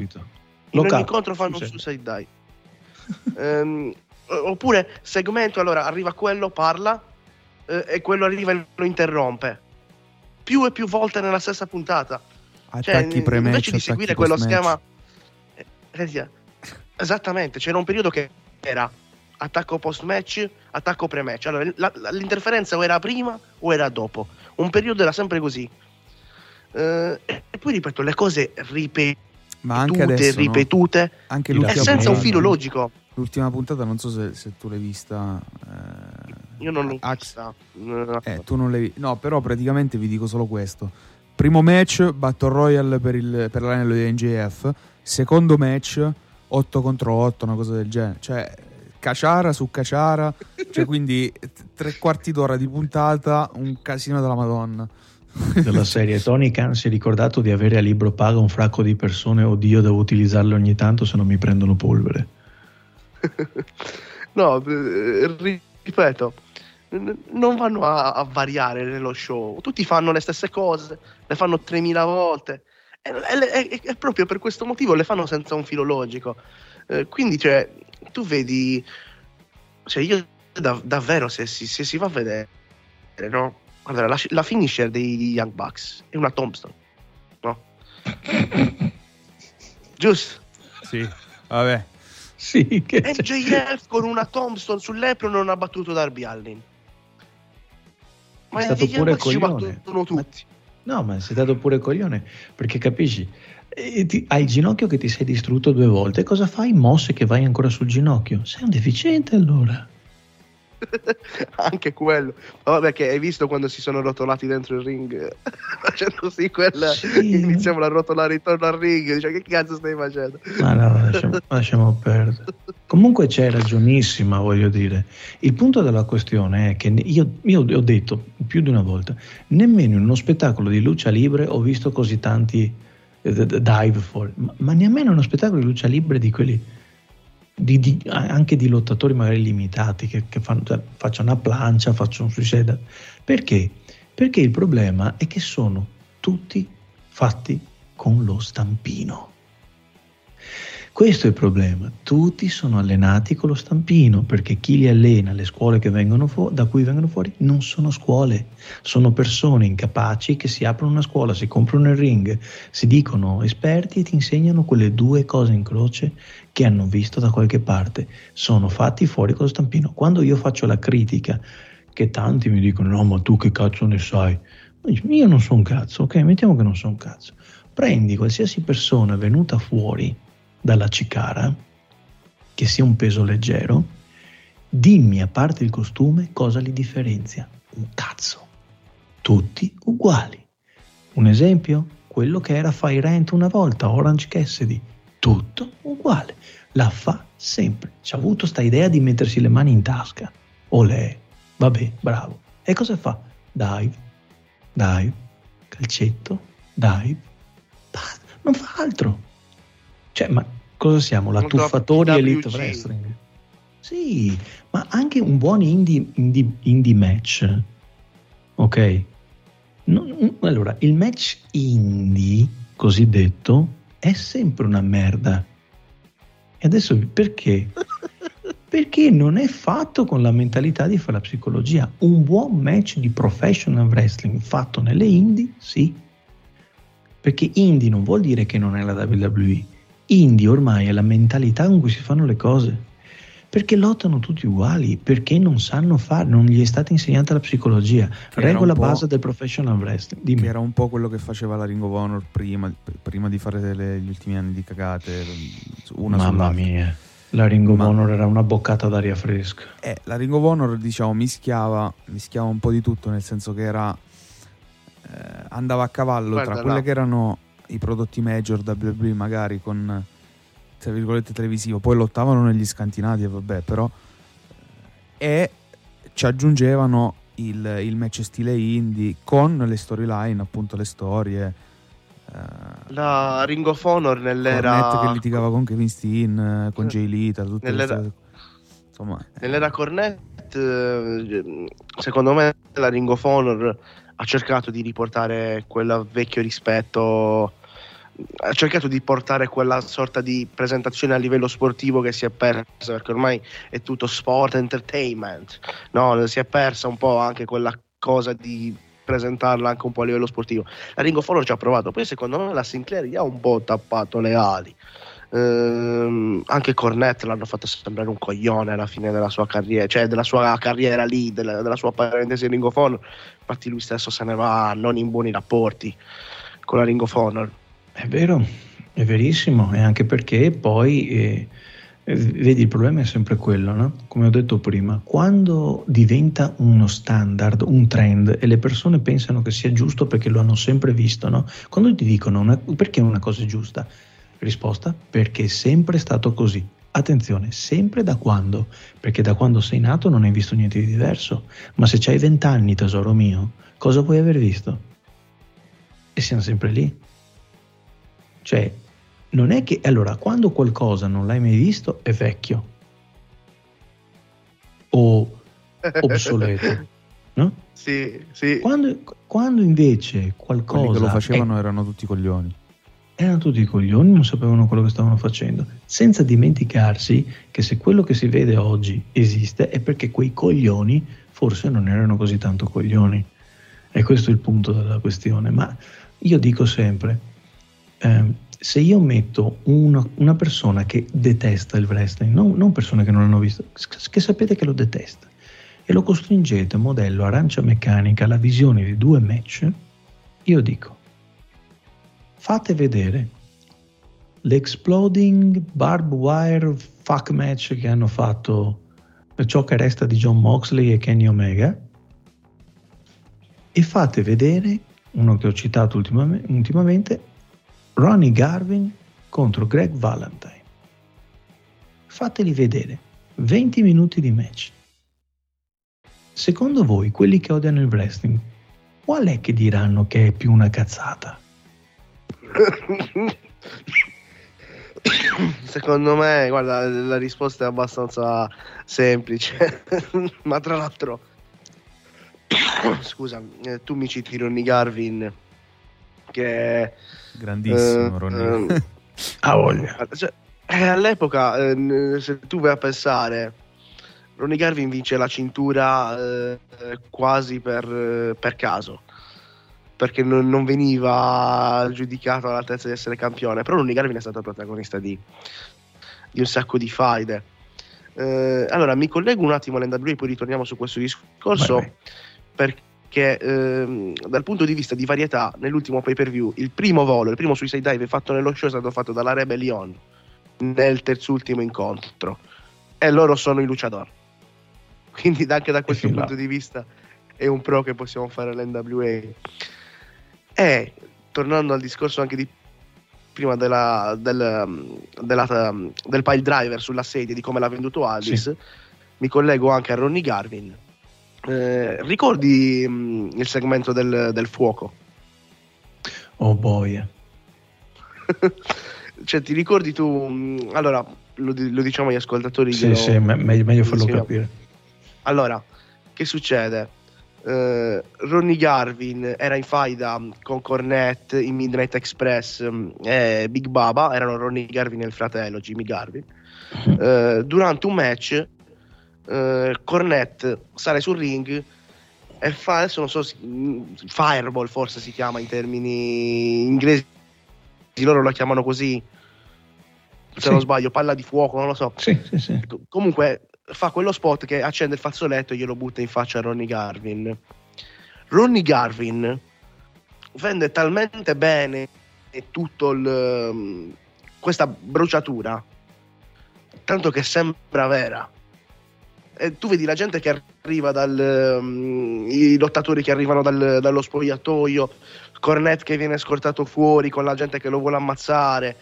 Speaker 5: fanno
Speaker 2: un suicide dive. Oppure segmento, allora arriva quello, parla e quello arriva e lo interrompe più e più volte nella stessa puntata.
Speaker 3: Attacchi pre-match,
Speaker 2: invece di seguire quello
Speaker 3: post-match.
Speaker 2: schema, esattamente, c'era un periodo che era attacco post match, attacco pre match. Allora l'interferenza o era prima o era dopo, un periodo era sempre così, e poi ripeto, le cose
Speaker 3: ma anche adesso,
Speaker 2: ripetute,
Speaker 3: no? Anche
Speaker 2: e senza un filo logico.
Speaker 3: L'ultima puntata, non so se tu l'hai vista.
Speaker 2: Io non l'ho vista.
Speaker 3: Tu non l'hai. No, però praticamente vi dico solo questo. Primo match, Battle Royale per l'anello di NJF. Secondo match, 8 contro 8, una cosa del genere. Cioè, caciara su caciara. Cioè, quindi 3/4 d'ora di puntata, un casino della Madonna.
Speaker 5: Della serie Tony Khan si è ricordato di avere a libro paga un fracco di persone. Oddio, devo utilizzarle ogni tanto, se no mi prendono polvere.
Speaker 2: No, ripeto, non vanno a variare nello show, tutti fanno le stesse cose, le fanno 3000 volte, e proprio per questo motivo le fanno senza un filo logico, quindi cioè tu vedi, cioè io davvero se si va a vedere, no? Guarda, la finisher dei Young Bucks è una tombstone, no? Giusto?
Speaker 3: Sì, vabbè.
Speaker 5: Sì, che
Speaker 2: MJF con una tombstone sull'Epro non ha battuto Darby Allin. Ma
Speaker 5: è stato pure coglione.
Speaker 2: Tutti.
Speaker 5: No, ma sei stato pure coglione, perché capisci? Hai il ginocchio che ti sei distrutto 2 volte, cosa fai? Mosse che vai ancora sul ginocchio? Sei un deficiente allora.
Speaker 2: Anche quello. Ma vabbè, che hai visto quando si sono rotolati dentro il ring facendo così quella, sì. Iniziamo a rotolare intorno al ring, dice che cazzo stai facendo?
Speaker 5: Ma no, lasciamo perdere. Comunque c'è ragionissima, voglio dire. Il punto della questione è che io ho detto più di una volta, nemmeno in uno spettacolo di lucha libre ho visto così tanti dive fuori, ma nemmeno in uno spettacolo di lucha libre di quelli anche di lottatori magari limitati che facciano una plancia, facciano un suicide. Perché? Perché il problema è che sono tutti fatti con lo stampino. Questo è il problema, tutti sono allenati con lo stampino, perché chi li allena, le scuole che vengono da cui vengono fuori non sono scuole, sono persone incapaci che si aprono una scuola, si comprano il ring, si dicono esperti e ti insegnano quelle 2 cose in croce che hanno visto da qualche parte, sono fatti fuori con lo stampino. Quando io faccio la critica, che tanti mi dicono no ma tu che cazzo ne sai, io non so un cazzo, ok, mettiamo che non so un cazzo, prendi qualsiasi persona venuta fuori dalla Cicara, che sia un peso leggero, dimmi a parte il costume cosa li differenzia. Un cazzo, tutti uguali. Un esempio, quello che era Fire Ant una volta, Orange Cassidy, tutto uguale, la fa sempre, c'ha avuto sta idea di mettersi le mani in tasca, olè, vabbè, bravo, e cosa fa? Dive, calcetto, dive, non fa altro. Cioè, ma cosa siamo? La tuffatori Elite Wrestling? Sì, ma anche un buon indie match, ok? Allora, il match indie, cosiddetto, è sempre una merda. E adesso perché? Perché non è fatto con la mentalità di fare la psicologia. Un buon match di professional wrestling fatto nelle indie, sì. Perché indie non vuol dire che non è la WWE. Indie ormai è la mentalità con cui si fanno le cose, perché lottano tutti uguali, perché non sanno fare, non gli è stata insegnata la psicologia, regola base del professional wrestling. Dimmi.
Speaker 3: Che era un po' quello che faceva la Ring of Honor prima di fare gli ultimi anni di cagate, una
Speaker 5: mamma mia, la Ring of Honor era una boccata d'aria fresca.
Speaker 3: La Ring of Honor, diciamo, mischiava un po' di tutto, nel senso che era andava a cavallo tra quelle che erano i prodotti major WWE magari con tra virgolette televisivo, poi lottavano negli scantinati e vabbè, però e ci aggiungevano il match stile indie con le storyline, appunto le storie,
Speaker 2: la Ring of Honor nell'era
Speaker 3: Cornette che litigava con Kevin Steen, con Jay Lethal, tutte insomma,
Speaker 2: nell'era Cornette, secondo me la Ring of Honor ha cercato di riportare quel vecchio rispetto, ha cercato di portare quella sorta di presentazione a livello sportivo che si è persa, perché ormai è tutto sport entertainment, no? Si è persa un po' anche quella cosa di presentarla anche un po' a livello sportivo. La Ring of Honor ci ha provato, poi secondo me la Sinclair gli ha un po' tappato le ali, Anche Cornette l'hanno fatto sembrare un coglione alla fine della sua carriera, cioè della sua carriera lì, della sua parentesi in Ring of Honor. Infatti lui stesso se ne va non in buoni rapporti con la Ring of Honor.
Speaker 5: È vero, è verissimo, e anche perché poi vedi, il problema è sempre quello, no? Come ho detto prima, quando diventa uno standard, un trend, e le persone pensano che sia giusto perché lo hanno sempre visto, no? Quando ti dicono perché una cosa è giusta, risposta: perché è sempre stato così. Attenzione, sempre da quando? Perché da quando sei nato non hai visto niente di diverso, ma se c'hai 20 anni, tesoro mio, cosa puoi aver visto? E siamo sempre lì. Cioè, non è che, allora, quando qualcosa non l'hai mai visto è vecchio o obsoleto, no?
Speaker 2: Sì.
Speaker 5: Quando invece qualcosa,
Speaker 3: quelli che lo facevano erano tutti coglioni.
Speaker 5: Erano tutti coglioni, non sapevano quello che stavano facendo, senza dimenticarsi che se quello che si vede oggi esiste è perché quei coglioni forse non erano così tanto coglioni. E questo è il punto della questione. Ma io dico sempre, se io metto una persona che detesta il wrestling, non persone che non l'hanno visto, che sapete che lo detesta, e lo costringete modello arancia meccanica alla visione di 2 match, io dico: fate vedere l'Exploding Barbed Wire fuck match che hanno fatto per ciò che resta di Jon Moxley e Kenny Omega, e fate vedere uno che ho citato ultimamente, Ronnie Garvin contro Greg Valentine. Fateli vedere 20 minuti di match. Secondo voi, quelli che odiano il wrestling, qual è che diranno che è più una cazzata?
Speaker 2: Secondo me, guarda, la risposta è abbastanza semplice. Ma tra l'altro, scusa, tu mi citi Ronnie Garvin, che
Speaker 3: grandissimo Ronnie.
Speaker 5: Ha voglia.
Speaker 2: Cioè, all'epoca, se tu vai a pensare, Ronnie Garvin vince la cintura quasi per caso, perché non veniva giudicato all'altezza di essere campione. Però Ronnie Garvin è stato protagonista di un sacco di faide. Allora mi collego un attimo all'NWA e poi ritorniamo su questo discorso.
Speaker 5: Vai.
Speaker 2: Perché dal punto di vista di varietà, nell'ultimo pay per view il primo Suicide Dive fatto nello show è stato fatto dalla Rebellion nel terzultimo incontro, e loro sono i luchador, quindi anche da questo punto di vista è un pro che possiamo fare all'NWA. E tornando al discorso anche di prima del pile driver sulla sedia, di come l'ha venduto Aldis, sì, mi collego anche a Ronnie Garvin. Ricordi il segmento del fuoco?
Speaker 5: Oh boy.
Speaker 2: Cioè, ti ricordi tu? Allora, lo diciamo agli ascoltatori.
Speaker 5: Sì, meglio farlo capire.
Speaker 2: Allora, che succede? Ronnie Garvin era in faida con Cornette in Midnight Express e Big Baba, erano Ronnie Garvin e il fratello Jimmy Garvin. Durante un match Cornette sale sul ring e fa, adesso non so, fireball forse si chiama in termini inglesi, loro la chiamano così, se non sbaglio, palla di fuoco, non lo so.
Speaker 5: Sì.
Speaker 2: Comunque fa quello spot che accende il fazzoletto e glielo butta in faccia a Ronnie Garvin. Ronnie Garvin vende talmente bene tutto questa bruciatura, tanto che sembra vera. E tu vedi la gente che arriva i lottatori che arrivano dallo spogliatoio, Cornette che viene scortato fuori con la gente che lo vuole ammazzare,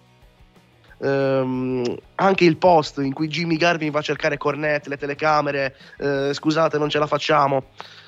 Speaker 2: anche il post in cui Jimmy Garvin va a cercare Cornette, le telecamere, scusate non ce la facciamo,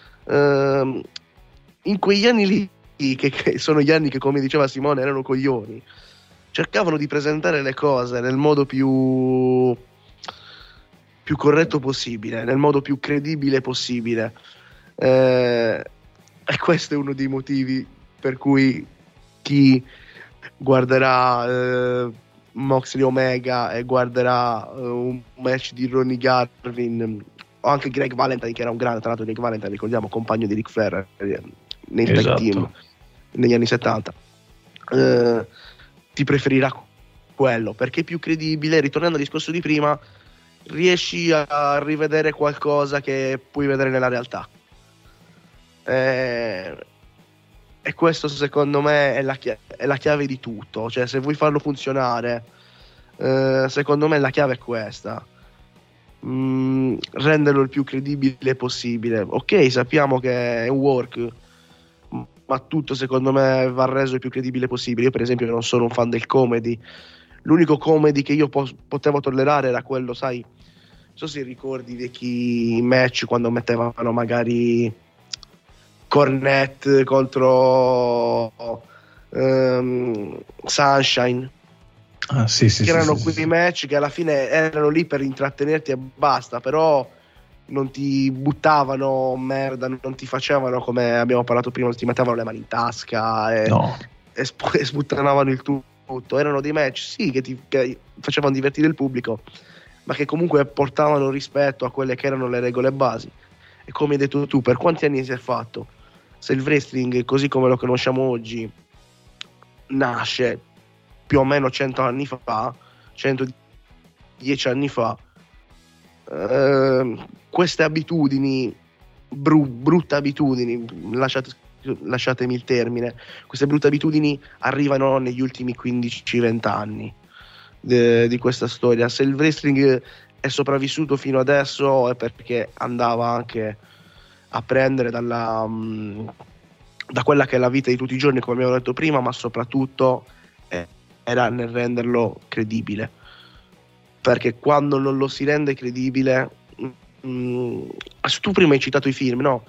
Speaker 2: in quegli anni lì che sono gli anni che, come diceva Simone, erano coglioni, cercavano di presentare le cose nel modo più corretto possibile, nel modo più credibile possibile, e questo è uno dei motivi per cui chi guarderà Moxley Omega e guarderà un match di Ronnie Garvin o anche Greg Valentine, che era un grande, tra l'altro Greg Valentine, ricordiamo, compagno di Ric Flair nei tag team negli anni 70, ti preferirà quello, perché è più credibile. Ritornando al discorso di prima, riesci a rivedere qualcosa che puoi vedere nella realtà, e questo secondo me è la chiave di tutto. Cioè, se vuoi farlo funzionare, secondo me la chiave è questa: renderlo il più credibile possibile. Ok, sappiamo che è un work, ma tutto secondo me va reso il più credibile possibile. Io per esempio non sono un fan del comedy. L'unico comedy che io potevo tollerare era quello, sai, non so se ricordi i vecchi match quando mettevano magari Cornette contro Sunshine.
Speaker 5: Ah, sì,
Speaker 2: che erano quei match che alla fine erano lì per intrattenerti e basta, però non ti buttavano merda, non ti facevano, come abbiamo parlato prima, non ti mettevano le mani in tasca e sputtanavano il tutto. Erano dei match, sì, che facevano divertire il pubblico, ma che comunque portavano rispetto a quelle che erano le regole basi. E come hai detto tu, per quanti anni si è fatto? Se il wrestling, così come lo conosciamo oggi, nasce più o meno 100 anni fa, 110 anni fa, queste abitudini, brutte abitudini, lasciatemi il termine, queste brutte abitudini arrivano negli ultimi 15-20 anni di questa storia. Se il wrestling è sopravvissuto fino adesso è perché andava anche a prendere da quella che è la vita di tutti i giorni, come abbiamo detto prima, ma soprattutto era nel renderlo credibile, perché quando non lo si rende credibile, tu prima hai citato i film, no?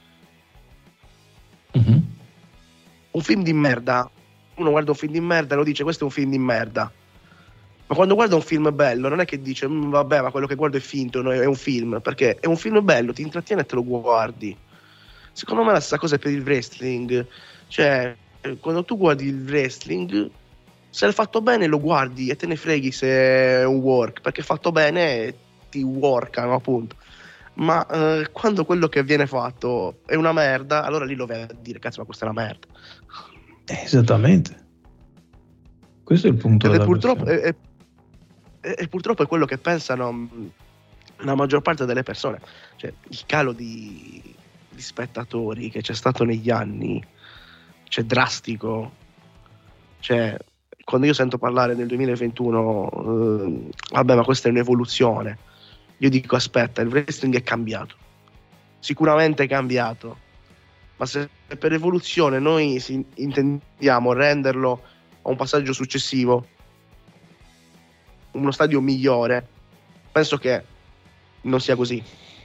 Speaker 5: Mm-hmm.
Speaker 2: Un film di merda, uno guarda un film di merda e lo dice questo è un film di merda, ma quando guarda un film bello non è che dice vabbè, ma quello che guardo è finto, no, è un film, perché è un film bello, ti intrattiene e te lo guardi. Secondo me la stessa cosa è per il wrestling. Cioè, quando tu guardi il wrestling, se è fatto bene lo guardi e te ne freghi se è un work, perché fatto bene ti workano, appunto. Ma quando quello che viene fatto è una merda, allora lì lo vai a dire cazzo, ma questa è una merda.
Speaker 5: Esattamente, questo è il punto della
Speaker 2: purtroppo e purtroppo è quello che pensano la maggior parte delle persone. Cioè, il calo di spettatori che c'è stato negli anni, cioè drastico. Cioè, quando io sento parlare nel 2021 vabbè, ma questa è un'evoluzione, io dico aspetta, il wrestling è cambiato, sicuramente è cambiato, ma se per evoluzione noi intendiamo renderlo a un passaggio successivo, uno stadio migliore, penso che non sia così.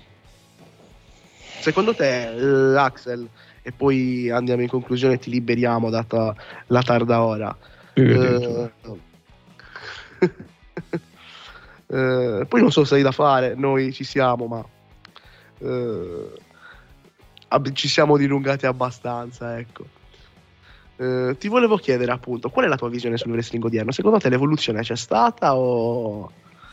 Speaker 2: Secondo te, Axel, e poi andiamo in conclusione e ti liberiamo data la tarda ora, poi non so se hai da fare, noi ci siamo, ma ci siamo dilungati abbastanza, ecco. Ti volevo chiedere appunto, qual è la tua visione sul wrestling odierno? Secondo te l'evoluzione c'è stata o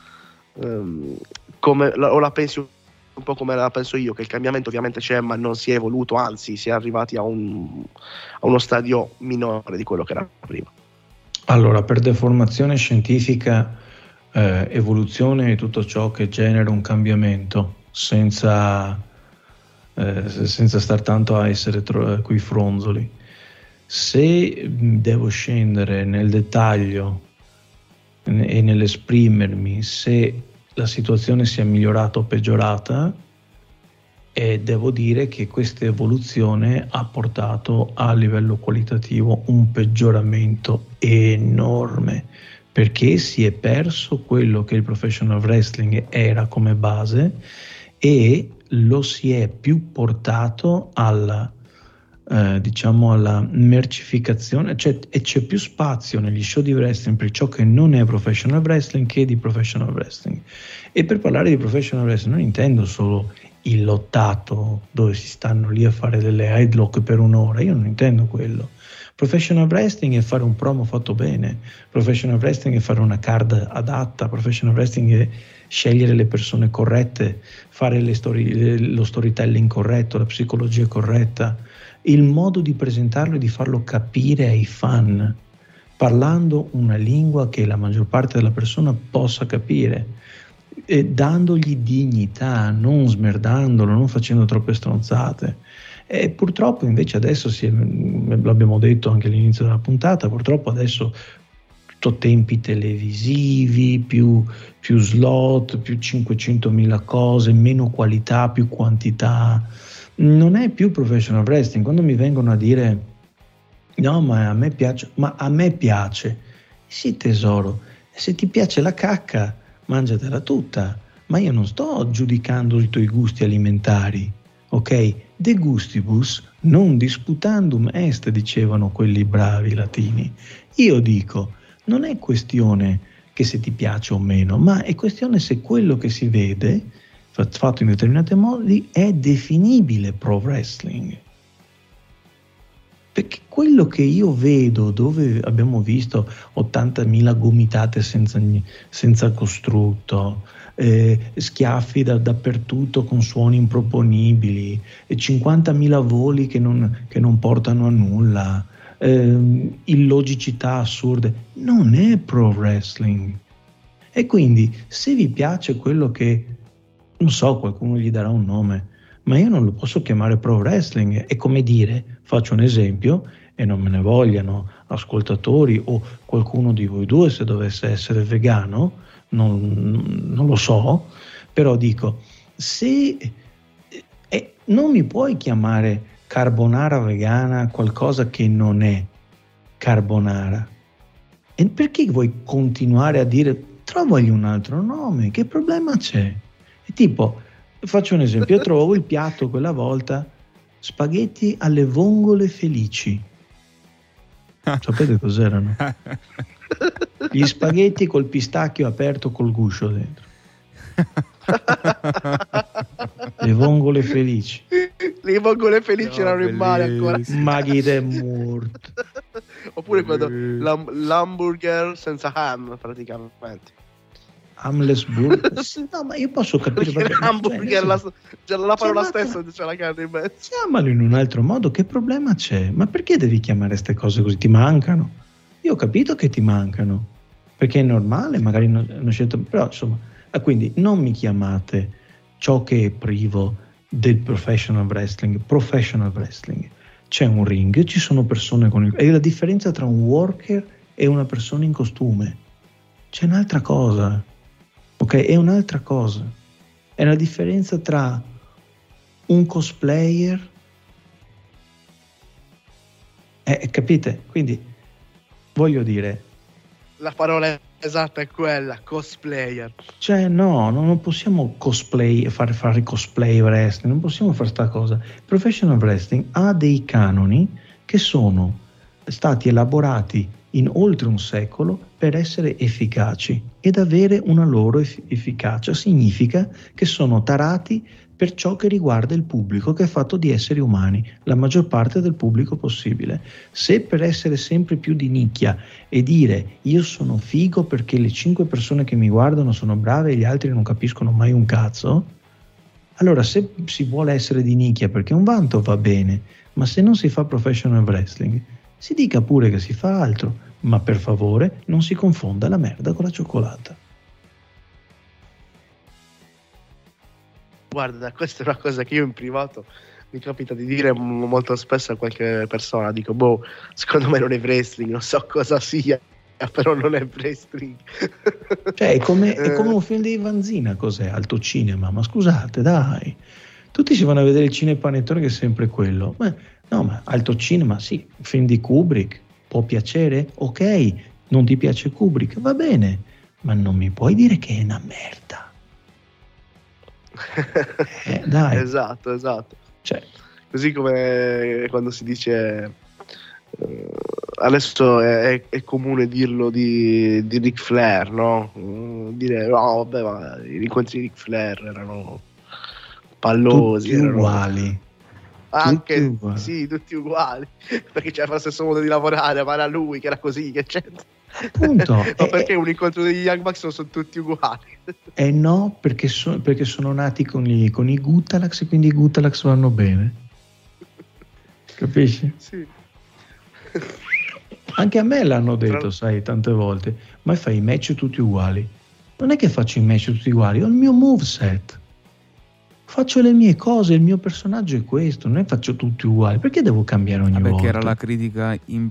Speaker 2: la pensi un po' come la penso io, che il cambiamento ovviamente c'è ma non si è evoluto, anzi si è arrivati a uno stadio minore di quello che era prima?
Speaker 5: Allora, per deformazione scientifica, evoluzione è tutto ciò che genera un cambiamento senza star tanto a essere qui fronzoli. Se devo scendere nel dettaglio e nell'esprimermi se la situazione sia migliorata o peggiorata, devo dire che questa evoluzione ha portato a livello qualitativo un peggioramento enorme, perché si è perso quello che il professional wrestling era come base e lo si è più portato alla mercificazione, e c'è più spazio negli show di wrestling per ciò che non è professional wrestling che di professional wrestling. E per parlare di professional wrestling non intendo solo il lottato dove si stanno lì a fare delle headlock per un'ora, io non intendo quello. Professional wrestling è fare un promo fatto bene, professional wrestling è fare una card adatta, professional wrestling è scegliere le persone corrette, fare lo storytelling corretto, la psicologia corretta, il modo di presentarlo e di farlo capire ai fan, parlando una lingua che la maggior parte della persona possa capire, e dandogli dignità, non smerdandolo, non facendo troppe stronzate. E purtroppo invece adesso, l'abbiamo detto anche all'inizio della puntata, purtroppo adesso tutto tempi televisivi, più slot, più 500.000 cose, meno qualità, più quantità. Non è più professional wrestling. Quando mi vengono a dire no, ma a me piace. Sì, tesoro, se ti piace la cacca, mangiatela tutta, ma io non sto giudicando i tuoi gusti alimentari, ok? De gustibus non disputandum est, dicevano quelli bravi latini. Io dico, non è questione che se ti piace o meno, ma è questione se quello che si vede, fatto in determinati modi, è definibile pro wrestling. Perché quello che io vedo, dove abbiamo visto 80.000 gomitate senza costrutto, schiaffi dappertutto con suoni improponibili, 50.000 voli che non portano a nulla, illogicità assurde, non è pro wrestling. E quindi se vi piace quello che, non so, qualcuno gli darà un nome, ma io non lo posso chiamare pro wrestling. È come dire, faccio un esempio e non me ne vogliano ascoltatori o qualcuno di voi due se dovesse essere vegano, non lo so, però dico, se non mi puoi chiamare carbonara vegana qualcosa che non è carbonara, e perché vuoi continuare a dire trovagli un altro nome, che problema c'è? E tipo, faccio un esempio, io trovavo il piatto quella volta spaghetti alle vongole felici. Sapete cos'erano? Gli spaghetti col pistacchio aperto col guscio dentro. Le vongole felici.
Speaker 2: Le vongole felici erano in mare ancora.
Speaker 5: Maghi de morto.
Speaker 2: Oppure quando l'hamburger senza ham, praticamente.
Speaker 5: Hamless burger? No, ma io posso capire
Speaker 2: perché l'hamburger, la parola stessa c'è la carne in mezzo.
Speaker 5: Chiamalo in un altro modo, che problema c'è? Ma perché devi chiamare queste cose così? Ti mancano? Io ho capito che ti mancano, perché è normale, magari hanno scelto, però insomma, quindi non mi chiamate ciò che è privo del professional wrestling. C'è un ring, ci sono persone è la differenza tra un worker e una persona in costume. C'è un'altra cosa. Ok, è un'altra cosa. È la differenza tra un cosplayer, capite? Quindi voglio dire,
Speaker 2: la parola esatta è quella, cosplayer.
Speaker 5: Cioè no, non possiamo fare cosplay wrestling, non possiamo fare sta cosa. Il professional wrestling ha dei canoni che sono stati elaborati in oltre un secolo per essere efficaci, ed avere una loro efficacia significa che sono tarati per ciò che riguarda il pubblico, che è fatto di esseri umani, la maggior parte del pubblico possibile. Se per essere sempre più di nicchia e dire io sono figo perché le 5 persone che mi guardano sono brave e gli altri non capiscono mai un cazzo, allora se si vuole essere di nicchia perché un vanto va bene, ma se non si fa professional wrestling si dica pure che si fa altro, ma per favore non si confonda la merda con la cioccolata.
Speaker 2: Guarda, questa è una cosa che io in privato mi capita di dire molto spesso a qualche persona. Dico, secondo me non è wrestling, non so cosa sia, però non è wrestling.
Speaker 5: Cioè è come un film di Vanzina, cos'è? Alto cinema, ma scusate, dai. Tutti si vanno a vedere il cinepanettone che è sempre quello. Ma alto cinema, sì, film di Kubrick, può piacere? Ok, non ti piace Kubrick? Va bene, ma non mi puoi dire che è una merda. Dai.
Speaker 2: Esatto.
Speaker 5: Cioè,
Speaker 2: così come quando si dice adesso è comune dirlo di Ric Flair, no? Dire vabbè, ma gli incontri di Ric Flair erano pallosi,
Speaker 5: tutti uguali.
Speaker 2: Anche
Speaker 5: tutti uguali.
Speaker 2: Sì, tutti uguali, perché c'era lo stesso modo di lavorare, ma era lui che era così, eccetera.
Speaker 5: Appunto.
Speaker 2: Ma perché un incontro degli Young Bucks sono tutti uguali?
Speaker 5: No, perché sono nati con i Gutalax e quindi i Gutalax vanno bene. Capisci?
Speaker 2: Sì.
Speaker 5: Anche a me l'hanno detto, sai, tante volte, ma fai i match tutti uguali. Non è che faccio i match tutti uguali, ho il mio moveset. Faccio le mie cose, il mio personaggio è questo, non è faccio tutti uguali. Perché devo cambiare ogni volta?
Speaker 3: Perché era la critica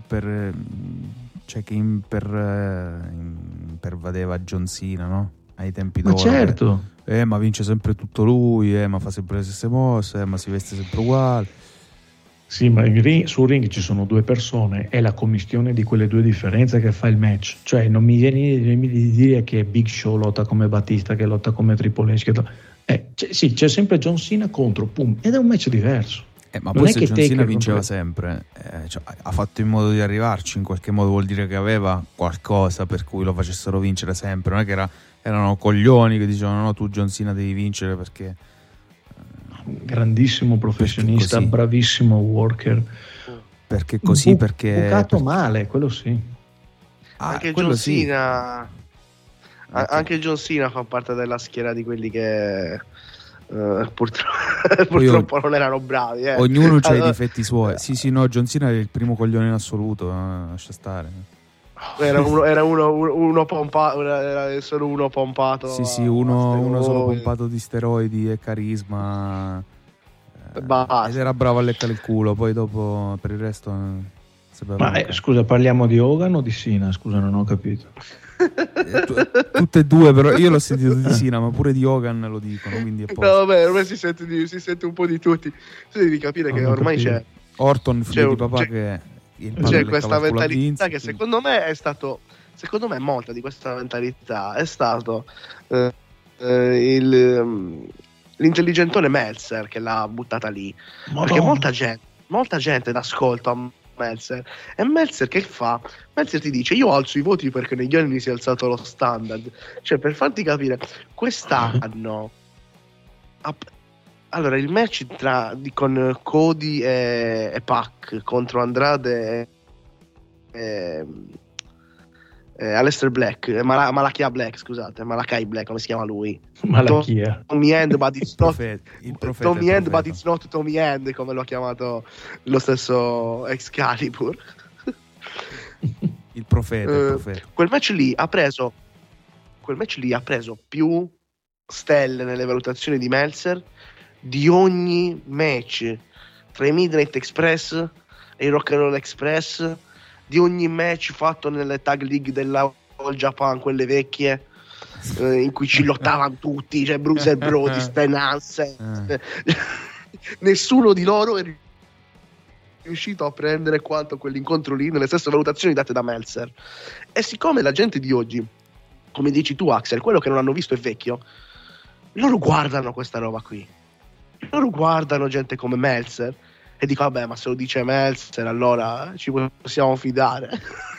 Speaker 3: che impervadeva John Cena, no? Ai tempi d'oro.
Speaker 5: Ma certo.
Speaker 3: Ma vince sempre tutto lui, ma fa sempre le stesse mosse, ma si veste sempre uguale.
Speaker 5: Sì, ma sul ring ci sono due persone, è la commistione di quelle due differenze che fa il match. Cioè non mi viene di dire che Big Show lotta come Battista, che lotta come Triple H, c'è sempre John Cena contro, pum, ed è un match diverso.
Speaker 3: Ma poi se John Cena vinceva sempre, ha fatto in modo di arrivarci, in qualche modo vuol dire che aveva qualcosa per cui lo facessero vincere sempre, non è che erano coglioni che dicevano no, tu John Cena devi vincere perché...
Speaker 5: Grandissimo professionista, bravissimo worker.
Speaker 3: Perché così, perché...
Speaker 5: Bucato male, quello sì.
Speaker 2: Anche John Cena... Anche John Cena fa parte della schiera di quelli che... purtroppo non erano bravi.
Speaker 3: Ognuno ha i difetti suoi. Sì, no, John Cena è il primo coglione in assoluto, lascia stare.
Speaker 2: Era uno pompato, era solo uno pompato.
Speaker 3: Sì, uno solo pompato di steroidi e carisma. Ed era bravo a leccare il culo, poi dopo per il resto
Speaker 5: scusa, parliamo di Hogan o di Cena? Scusa, non ho capito.
Speaker 3: Tutte e due, però io l'ho sentito di Cena, ma pure di Hogan lo dicono, quindi è
Speaker 2: no, vabbè, ormai si sente un po' di tutti. Tu devi capire che ormai c'è
Speaker 3: Orton, figlio di papà, che
Speaker 2: c'è questa mentalità che secondo me molta di questa mentalità è stato l'intelligentone Meltzer che l'ha buttata lì. Perché molta gente d'ascolto a Meltzer, e Meltzer che fa? Meltzer ti dice io alzo i voti perché negli anni si è alzato lo standard. Cioè, per farti capire, quest'anno allora il match con Cody e Pac contro Andrade e Aleister Black, Malakai Black, scusate, Malakai Black, come si chiama lui?
Speaker 5: Malachia.
Speaker 2: Tommy End, but it's not
Speaker 3: Tommy End,
Speaker 2: but it's not Tommy End, come lo ha chiamato lo stesso Excalibur.
Speaker 3: Il profeta.
Speaker 2: Quel match lì ha preso più stelle nelle valutazioni di Meltzer di ogni match tra i Midnight Express e i Rock and Roll Express, di ogni match fatto nelle tag league della All Japan, quelle vecchie, in cui ci lottavano tutti, cioè Bruiser Brody, Stan Hansen. Nessuno di loro è riuscito a prendere quanto quell'incontro lì nelle stesse valutazioni date da Meltzer. E siccome la gente di oggi, come dici tu Axel, quello che non hanno visto è vecchio, loro guardano questa roba qui, loro guardano gente come Meltzer e dico vabbè, ma se lo dice Meltzer allora ci possiamo fidare.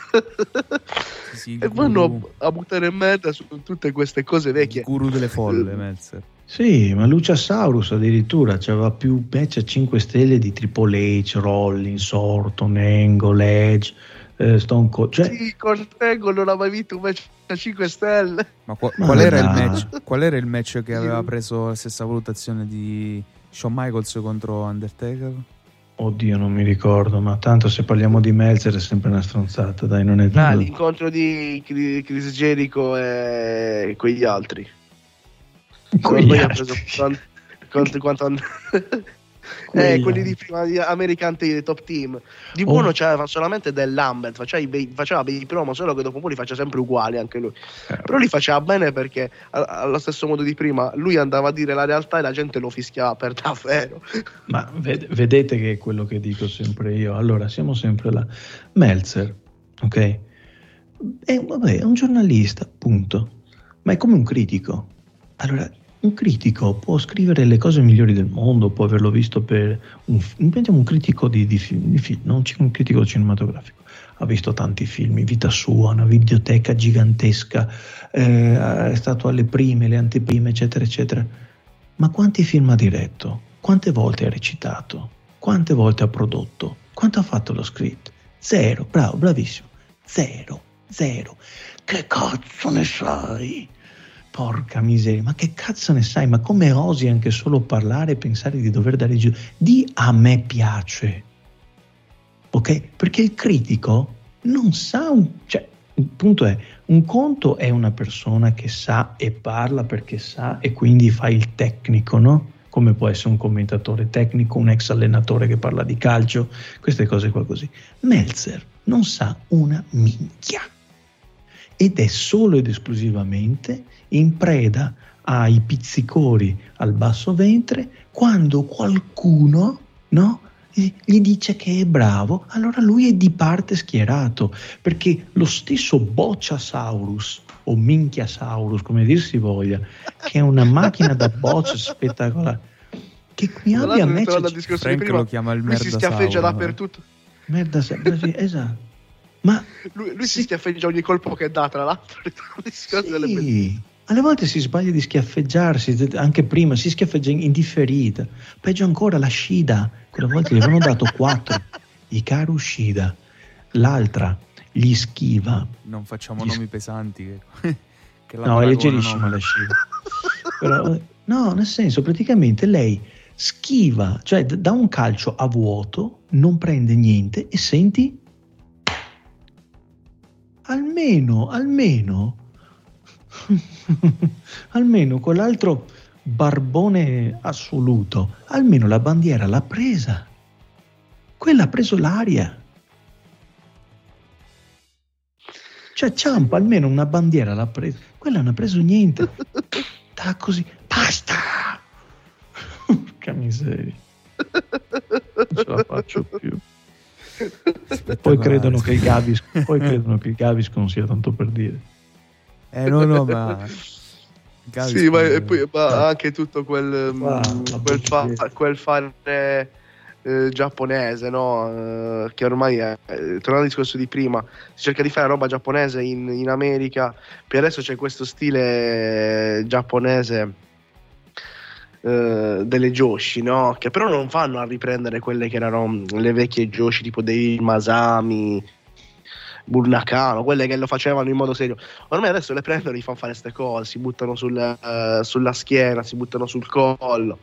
Speaker 3: Sì,
Speaker 2: e vanno a buttare merda su tutte queste cose vecchie.
Speaker 3: Il guru delle folle, Meltzer.
Speaker 5: Sì, ma Luciasaurus addirittura c'aveva più match a 5 stelle di Triple H, Rollins, Orton, Angle, Edge, Stone Cold. Cioè...
Speaker 2: Sì, Kurt Angle non ha mai vinto un match a 5 stelle.
Speaker 3: Ma qual era il match? Qual era il match che aveva preso la stessa valutazione di Shawn Michaels contro Undertaker?
Speaker 5: Oddio, non mi ricordo, ma tanto se parliamo di Meltzer è sempre una stronzata, dai, non è
Speaker 2: l'incontro di Chris Jericho e quegli altri.
Speaker 5: Quelli
Speaker 2: ha preso quanto quelli di prima di American Top Team di buono c'aveva solamente del Lambert, faceva bei promo, solo che dopo poi li faceva sempre uguali anche lui, però li faceva bene perché allo stesso modo di prima lui andava a dire la realtà e la gente lo fischiava per davvero.
Speaker 5: Ma vedete che è quello che dico sempre io. Allora siamo sempre là. Meltzer, ok, è un giornalista, punto, ma è come un critico. Allora, un critico può scrivere le cose migliori del mondo, può averlo visto per un critico di film, non un critico cinematografico. Ha visto tanti film, vita sua, una videoteca gigantesca, è stato alle prime, le anteprime, eccetera, eccetera. Ma quanti film ha diretto? Quante volte ha recitato? Quante volte ha prodotto? Quanto ha fatto lo script? 0, bravo, bravissimo. 0. Che cazzo ne sai? Porca miseria, ma che cazzo ne sai? Ma come osi anche solo parlare e pensare di dover dare giù? Di a me piace, ok? Perché il critico non sa cioè, il punto è, un conto è una persona che sa e parla perché sa e quindi fa il tecnico, no? Come può essere un commentatore tecnico, un ex allenatore che parla di calcio, queste cose qua così. Meltzer non sa una minchia ed è solo ed esclusivamente in preda ai pizzicori al basso ventre quando qualcuno, no, gli dice che è bravo, allora lui è di parte schierato, perché lo stesso Bocciasaurus o Minchiasaurus, come dir si voglia, che è una macchina da boccia spettacolare, che mi abbia messo
Speaker 3: Frank lo chiama il
Speaker 2: lui si schiaffeggia dappertutto.
Speaker 5: Merda, esatto. Ma
Speaker 2: lui si schiaffeggia ogni colpo che dà, tra l'altro.
Speaker 5: Sì, alle volte si sbaglia di schiaffeggiarsi, anche prima si schiaffeggia in differita. Peggio ancora la Shida, quella volta gli avevano dato 4, Hikaru Shida. L'altra gli schiva.
Speaker 3: Non facciamo nomi pesanti. Che
Speaker 5: no, è leggerissima la Shida. Però, no, nel senso, praticamente lei schiva, cioè da un calcio a vuoto, non prende niente e senti... Almeno almeno quell'altro barbone assoluto, almeno la bandiera l'ha presa. Quella ha preso l'aria. Cioè Ciampa almeno una bandiera l'ha presa. Quella non ha preso niente. Sta così. Basta! Che miseria. Non ce la faccio più. Poi credono che il Gaviscon sia tanto per dire.
Speaker 3: No, ma
Speaker 2: Gaviscon, sì, ma anche tutto quel fare giapponese, no? Che ormai è, tornando al discorso di prima, si cerca di fare roba giapponese in America. Per adesso c'è questo stile giapponese delle Joshi, no? Che però non fanno a riprendere quelle che erano le vecchie Joshi tipo dei Masami, Bull Nakano, quelle che lo facevano in modo serio. Ormai adesso le prendono e gli fanno fare queste cose, si buttano sulla schiena, si buttano sul collo,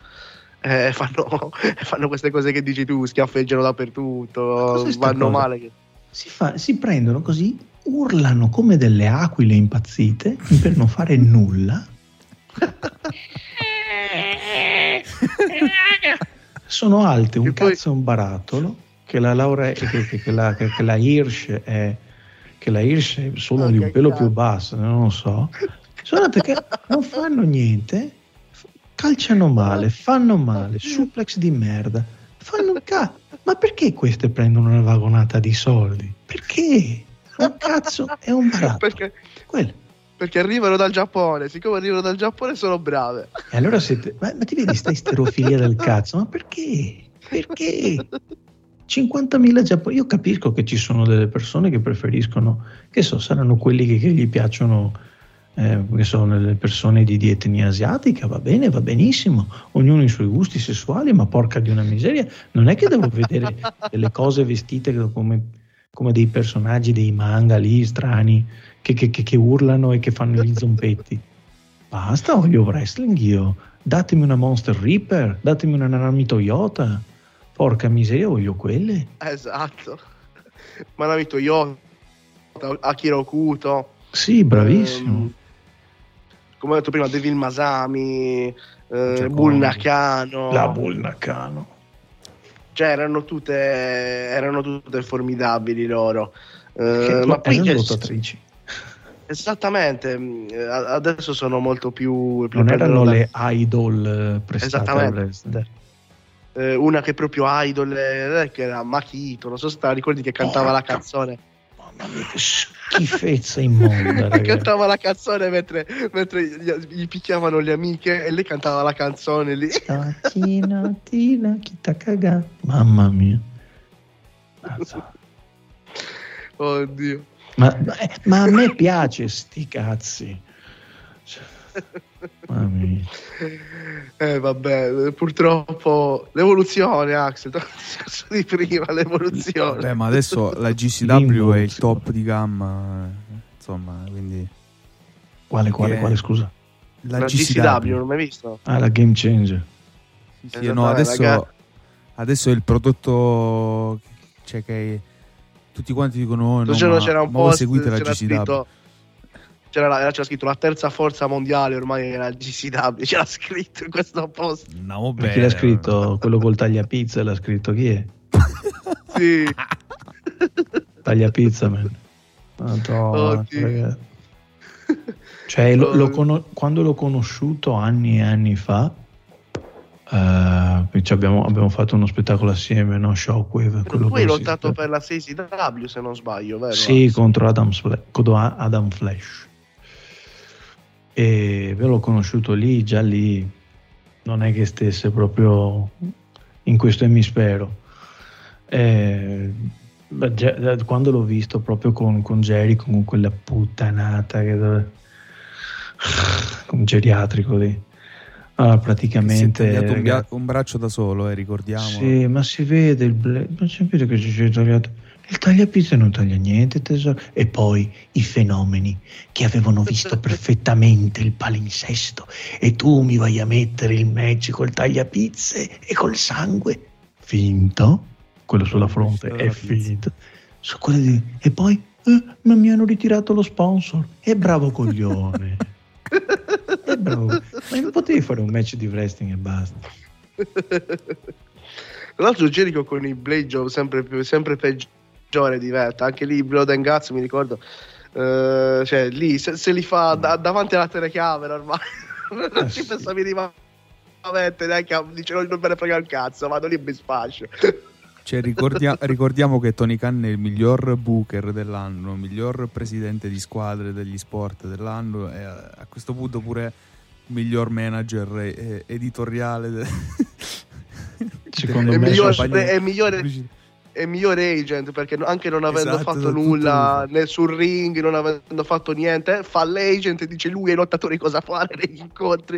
Speaker 2: fanno queste cose che dici tu, schiaffeggiano dappertutto, vanno male.
Speaker 5: Si prendono così, urlano come delle aquile impazzite per non fare nulla. Sono alte un cazzo e un barattolo, che la Hirsch è solo di un pelo più basso, non lo so. Sono che non fanno niente, calciano male, fanno male, suplex di merda, fanno un cazzo. Ma perché queste prendono una vagonata di soldi? Perché? Un cazzo è un barattolo.
Speaker 2: Perché arrivano dal Giappone, siccome arrivano dal Giappone sono brave.
Speaker 5: E allora ma ti vedi sta isterofilia del cazzo? Ma perché? Perché? 50.000 giapponesi. Io capisco che ci sono delle persone che preferiscono, che so, saranno quelli che gli piacciono, che sono le persone di etnia asiatica, va bene, va benissimo, ognuno i suoi gusti sessuali, ma porca di una miseria, non è che devo vedere delle cose vestite come dei personaggi dei manga lì strani che urlano e che fanno gli zompetti. Basta, voglio wrestling io. Datemi una Monster Reaper, datemi una Nanami Toyota. Porca miseria, voglio quelle.
Speaker 2: Esatto. Nanami Toyota, Akira Okuto.
Speaker 5: Sì, bravissimo.
Speaker 2: Come ho detto prima, Devil Masami, Bull Nakano.
Speaker 5: La Bull Nakano.
Speaker 2: Cioè erano tutte formidabili loro.
Speaker 5: Ma poi erano lottatrici.
Speaker 2: Esattamente, adesso sono molto più
Speaker 5: non erano le idol prestate.
Speaker 2: Esattamente. Una che è proprio idol, che era Makito, non so se te la ricordi, che cantava la canzone.
Speaker 5: Mamma mia, che schifezza immonda.
Speaker 2: Cantava la canzone mentre gli picchiavano le amiche e lei cantava la canzone lì.
Speaker 5: Tina, chi t'ha cagato? Mamma mia.
Speaker 2: Oddio.
Speaker 5: Ma a me piace sti cazzi. Mamma mia.
Speaker 2: Vabbè, purtroppo l'evoluzione, Axel, il discorso di prima, l'evoluzione.
Speaker 3: Beh, ma adesso la GCW è il top di gamma, insomma, quindi
Speaker 5: quale scusa?
Speaker 2: La GCW non l'hai mai visto?
Speaker 5: La Game Changer.
Speaker 3: Sì, no, adesso è il prodotto, cioè che tutti quanti dicono no,
Speaker 2: c'era un post,
Speaker 3: seguite la
Speaker 2: c'era
Speaker 3: GCW.
Speaker 2: scritto, c'era scritto la terza forza mondiale ormai era il GCW, c'era scritto in questo post.
Speaker 3: No,
Speaker 5: Ma chi l'ha scritto? Quello col tagliapizza l'ha scritto chi è?
Speaker 2: Sì.
Speaker 5: Tagliapizza, man. Madonna,
Speaker 2: Oddio.
Speaker 5: cioè quando l'ho conosciuto anni e anni fa, abbiamo fatto uno spettacolo assieme, no? Shockwave.
Speaker 2: Poi hai lottato per la 6CW se non sbaglio, vero?
Speaker 5: Sì, contro Adam Flash. E ve l'ho conosciuto lì, già lì non è che stesse proprio in questo emisfero. Quando l'ho visto proprio con Jericho, con quella puttanata con geriatrico lì, praticamente
Speaker 3: un braccio da solo, ricordiamo.
Speaker 5: Sì, ma si vede ma si vede che ci è tagliato il tagliapizza, non taglia niente, tesoro. E poi i fenomeni che avevano visto perfettamente il palinsesto, e tu mi vai a mettere il match col tagliapizze e col sangue finto, quello sulla fronte è finito. E poi ma mi hanno ritirato lo sponsor. E bravo coglione. È bravo. Ma non potevi fare un match di wrestling e basta.
Speaker 2: Tra l'altro Jericho con i blade job sempre peggiore diventa, anche lì Blood and Guts mi ricordo, cioè lì se li fa davanti alla telecamera ormai non ci pensavi minimamente, neanche dice non me ne frega il cazzo, vado lì e mi sfascio.
Speaker 3: Cioè, ricordiamo che Tony Khan è il miglior booker dell'anno, il miglior presidente di squadre degli sport dell'anno, e a questo punto pure miglior manager editoriale
Speaker 5: secondo
Speaker 2: me è migliore agent, perché anche non avendo fatto nulla né sul ring, non avendo fatto niente, fa l'agent e dice lui ai lottatori cosa fare negli incontri.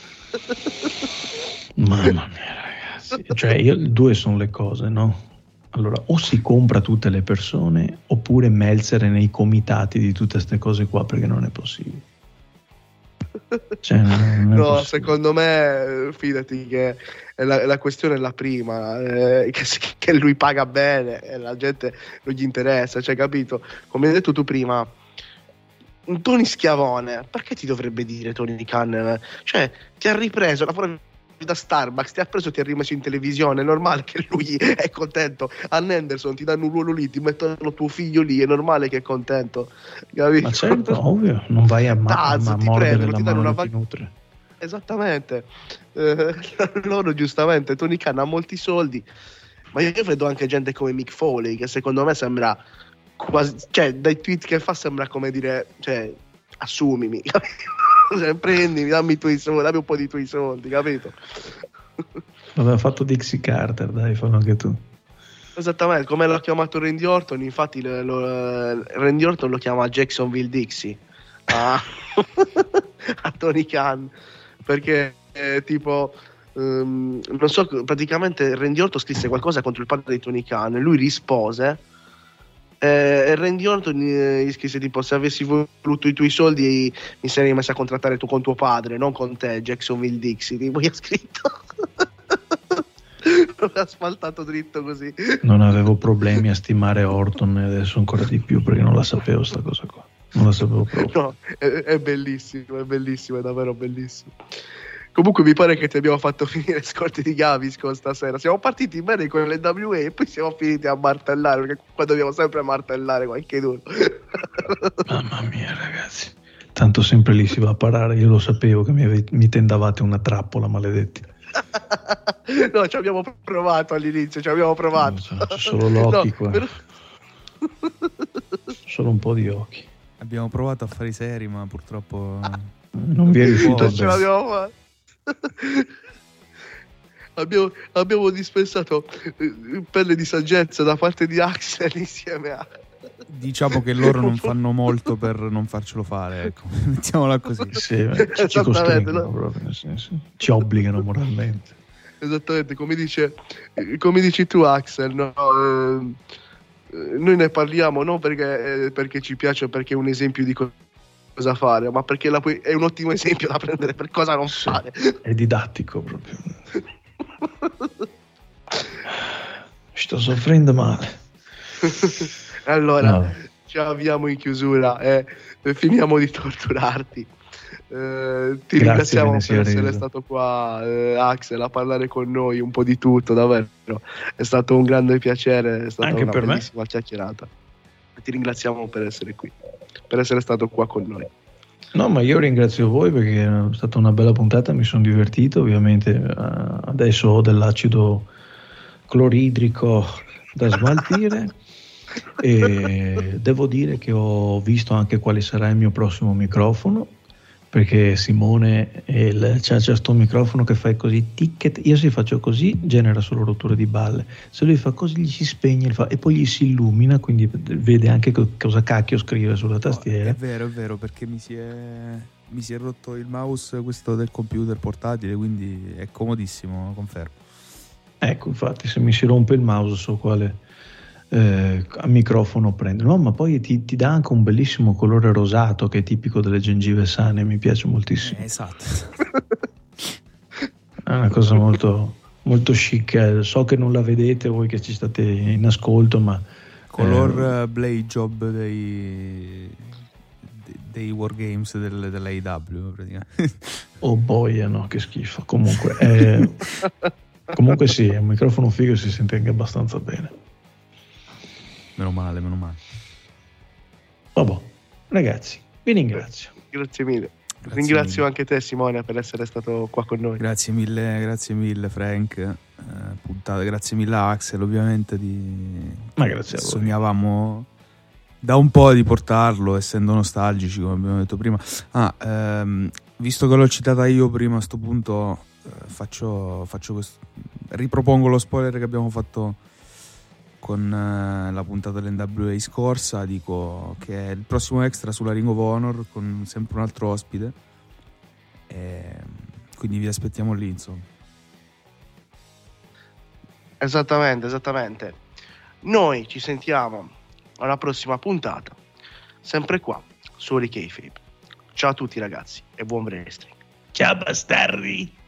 Speaker 5: Mamma mia, ragazzi, cioè due sono le cose, no? Allora, o si compra tutte le persone, oppure Meltzer è nei comitati di tutte queste cose qua, perché non è possibile. Cioè, non è
Speaker 2: no,
Speaker 5: possibile.
Speaker 2: secondo me, fidati che la questione è la prima, che lui paga bene e la gente non gli interessa, cioè, capito? Come hai detto tu prima, un Tony Schiavone, perché ti dovrebbe dire Tony Khan? Cioè, ti ha ripreso da Starbucks, ti ha preso, ti ha rimesso in televisione, è normale che lui è contento. Ann Anderson ti danno un ruolo lì, ti mettono tuo figlio lì, è normale che è contento, capito?
Speaker 5: Ma certo, ovvio, non vai a mordere la mano che ti nutre.
Speaker 2: Esattamente. Loro giustamente, Tony Khan ha molti soldi, ma io vedo anche gente come Mick Foley che secondo me sembra quasi, cioè dai tweet che fa sembra come dire, cioè assumimi, cioè, prendimi, dammi i tuoi soldi, dammi un po' di tuoi soldi, capito?
Speaker 5: L'aveva fatto Dixie Carter, dai, fallo anche tu.
Speaker 2: Esattamente, come l'ha chiamato Randy Orton, infatti Randy Orton lo chiama Jacksonville Dixie a Tony Khan, perché tipo non so, praticamente Randy Orton scrisse qualcosa contro il padre di Tony Khan, lui rispose e Randy Orton gli scrisse tipo: se avessi voluto i tuoi soldi mi sarei messo a contrattare tu con tuo padre, non con te, Jacksonville Dixie, tipo gli ha scritto. Non ha asfaltato dritto così.
Speaker 5: Non avevo problemi a stimare Orton, e adesso ancora di più, perché non la sapevo sta cosa qua, non la sapevo proprio.
Speaker 2: No, è bellissimo, è davvero bellissimo. Comunque mi pare che ti abbiamo fatto finire scorte di Gaviscon stasera. Siamo partiti bene con le WA e poi siamo finiti a martellare, perché qua dobbiamo sempre martellare qualche duro.
Speaker 5: Mamma mia, ragazzi, tanto sempre lì si va a parare. Io lo sapevo che mi tendavate una trappola, maledetti.
Speaker 2: No, ci abbiamo provato all'inizio,
Speaker 5: No, c'è solo l'occhi, no, qua. Solo un po' di occhi.
Speaker 3: Abbiamo provato a fare i seri, ma purtroppo
Speaker 5: non vi è riuscito.
Speaker 2: Non ce l'abbiamo fatta. Abbiamo dispensato pelle di saggezza da parte di Axel insieme a...
Speaker 3: Diciamo che loro non fanno molto per non farcelo fare, ecco. Mettiamola così.
Speaker 5: Sì, ci costringono, no? Proprio, sì. Ci obbligano moralmente.
Speaker 2: Esattamente, come dici tu, Axel, no? Noi ne parliamo non perché ci piace, perché è un esempio di cosa fare, ma perché è un ottimo esempio da prendere per cosa non fare.
Speaker 5: È didattico proprio. Sto soffrendo male.
Speaker 2: Allora,
Speaker 5: No.
Speaker 2: ci avviamo in chiusura e finiamo di torturarti. Ti ringraziamo
Speaker 5: ve ne sia
Speaker 2: per essere
Speaker 5: reso.
Speaker 2: stato qua, Axel, a parlare con noi un po' di tutto, davvero. È stato un grande piacere, è stata
Speaker 5: Anche
Speaker 2: una
Speaker 5: per me.
Speaker 2: bellissima chiacchierata. Ti ringraziamo per essere qui, per essere stato qua con noi.
Speaker 5: No, ma io ringrazio voi perché è stata una bella puntata, mi sono divertito, ovviamente adesso ho dell'acido cloridrico da smaltire e devo dire che ho visto anche quale sarà il mio prossimo microfono, perché Simone c'ha sto microfono che fai così ticket, io se faccio così genera solo rotture di balle, se lui fa così gli si spegne e poi gli si illumina, quindi vede anche cosa cacchio scrive sulla tastiera.
Speaker 3: È vero, perché mi si è rotto il mouse, questo del computer portatile, quindi è comodissimo, confermo.
Speaker 5: Ecco, infatti, se mi si rompe il mouse so quale microfono prendere. No, ma poi ti dà anche un bellissimo colore rosato che è tipico delle gengive sane, mi piace moltissimo.
Speaker 3: Esatto.
Speaker 5: È una cosa molto, molto chic. So che non la vedete voi che ci state in ascolto, ma
Speaker 3: Color Blade Job dei Wargames dell'AEW praticamente.
Speaker 5: oh boia, no, che schifo. Comunque comunque sì, è un microfono figo e si sente anche abbastanza bene.
Speaker 3: Meno male.
Speaker 5: Vabbè, ragazzi, vi ringrazio.
Speaker 2: Grazie mille. Ringrazio anche te, Simone, per essere stato qua con noi.
Speaker 3: Grazie mille Frank, puntata. Grazie mille Axel, ovviamente
Speaker 5: Ma grazie a voi.
Speaker 3: sognavamo da un po' di portarlo, essendo nostalgici, come abbiamo detto prima. Visto che l'ho citata io prima, a sto punto faccio questo, ripropongo lo spoiler che abbiamo fatto con la puntata dell'NWA scorsa. Dico che è il prossimo extra sulla Ring of Honor con sempre un altro ospite, quindi vi aspettiamo lì, insomma.
Speaker 2: Esattamente. Noi ci sentiamo alla prossima puntata, sempre qua su Kayfabe. Ciao a tutti ragazzi e buon wrestling.
Speaker 5: Ciao bastardi.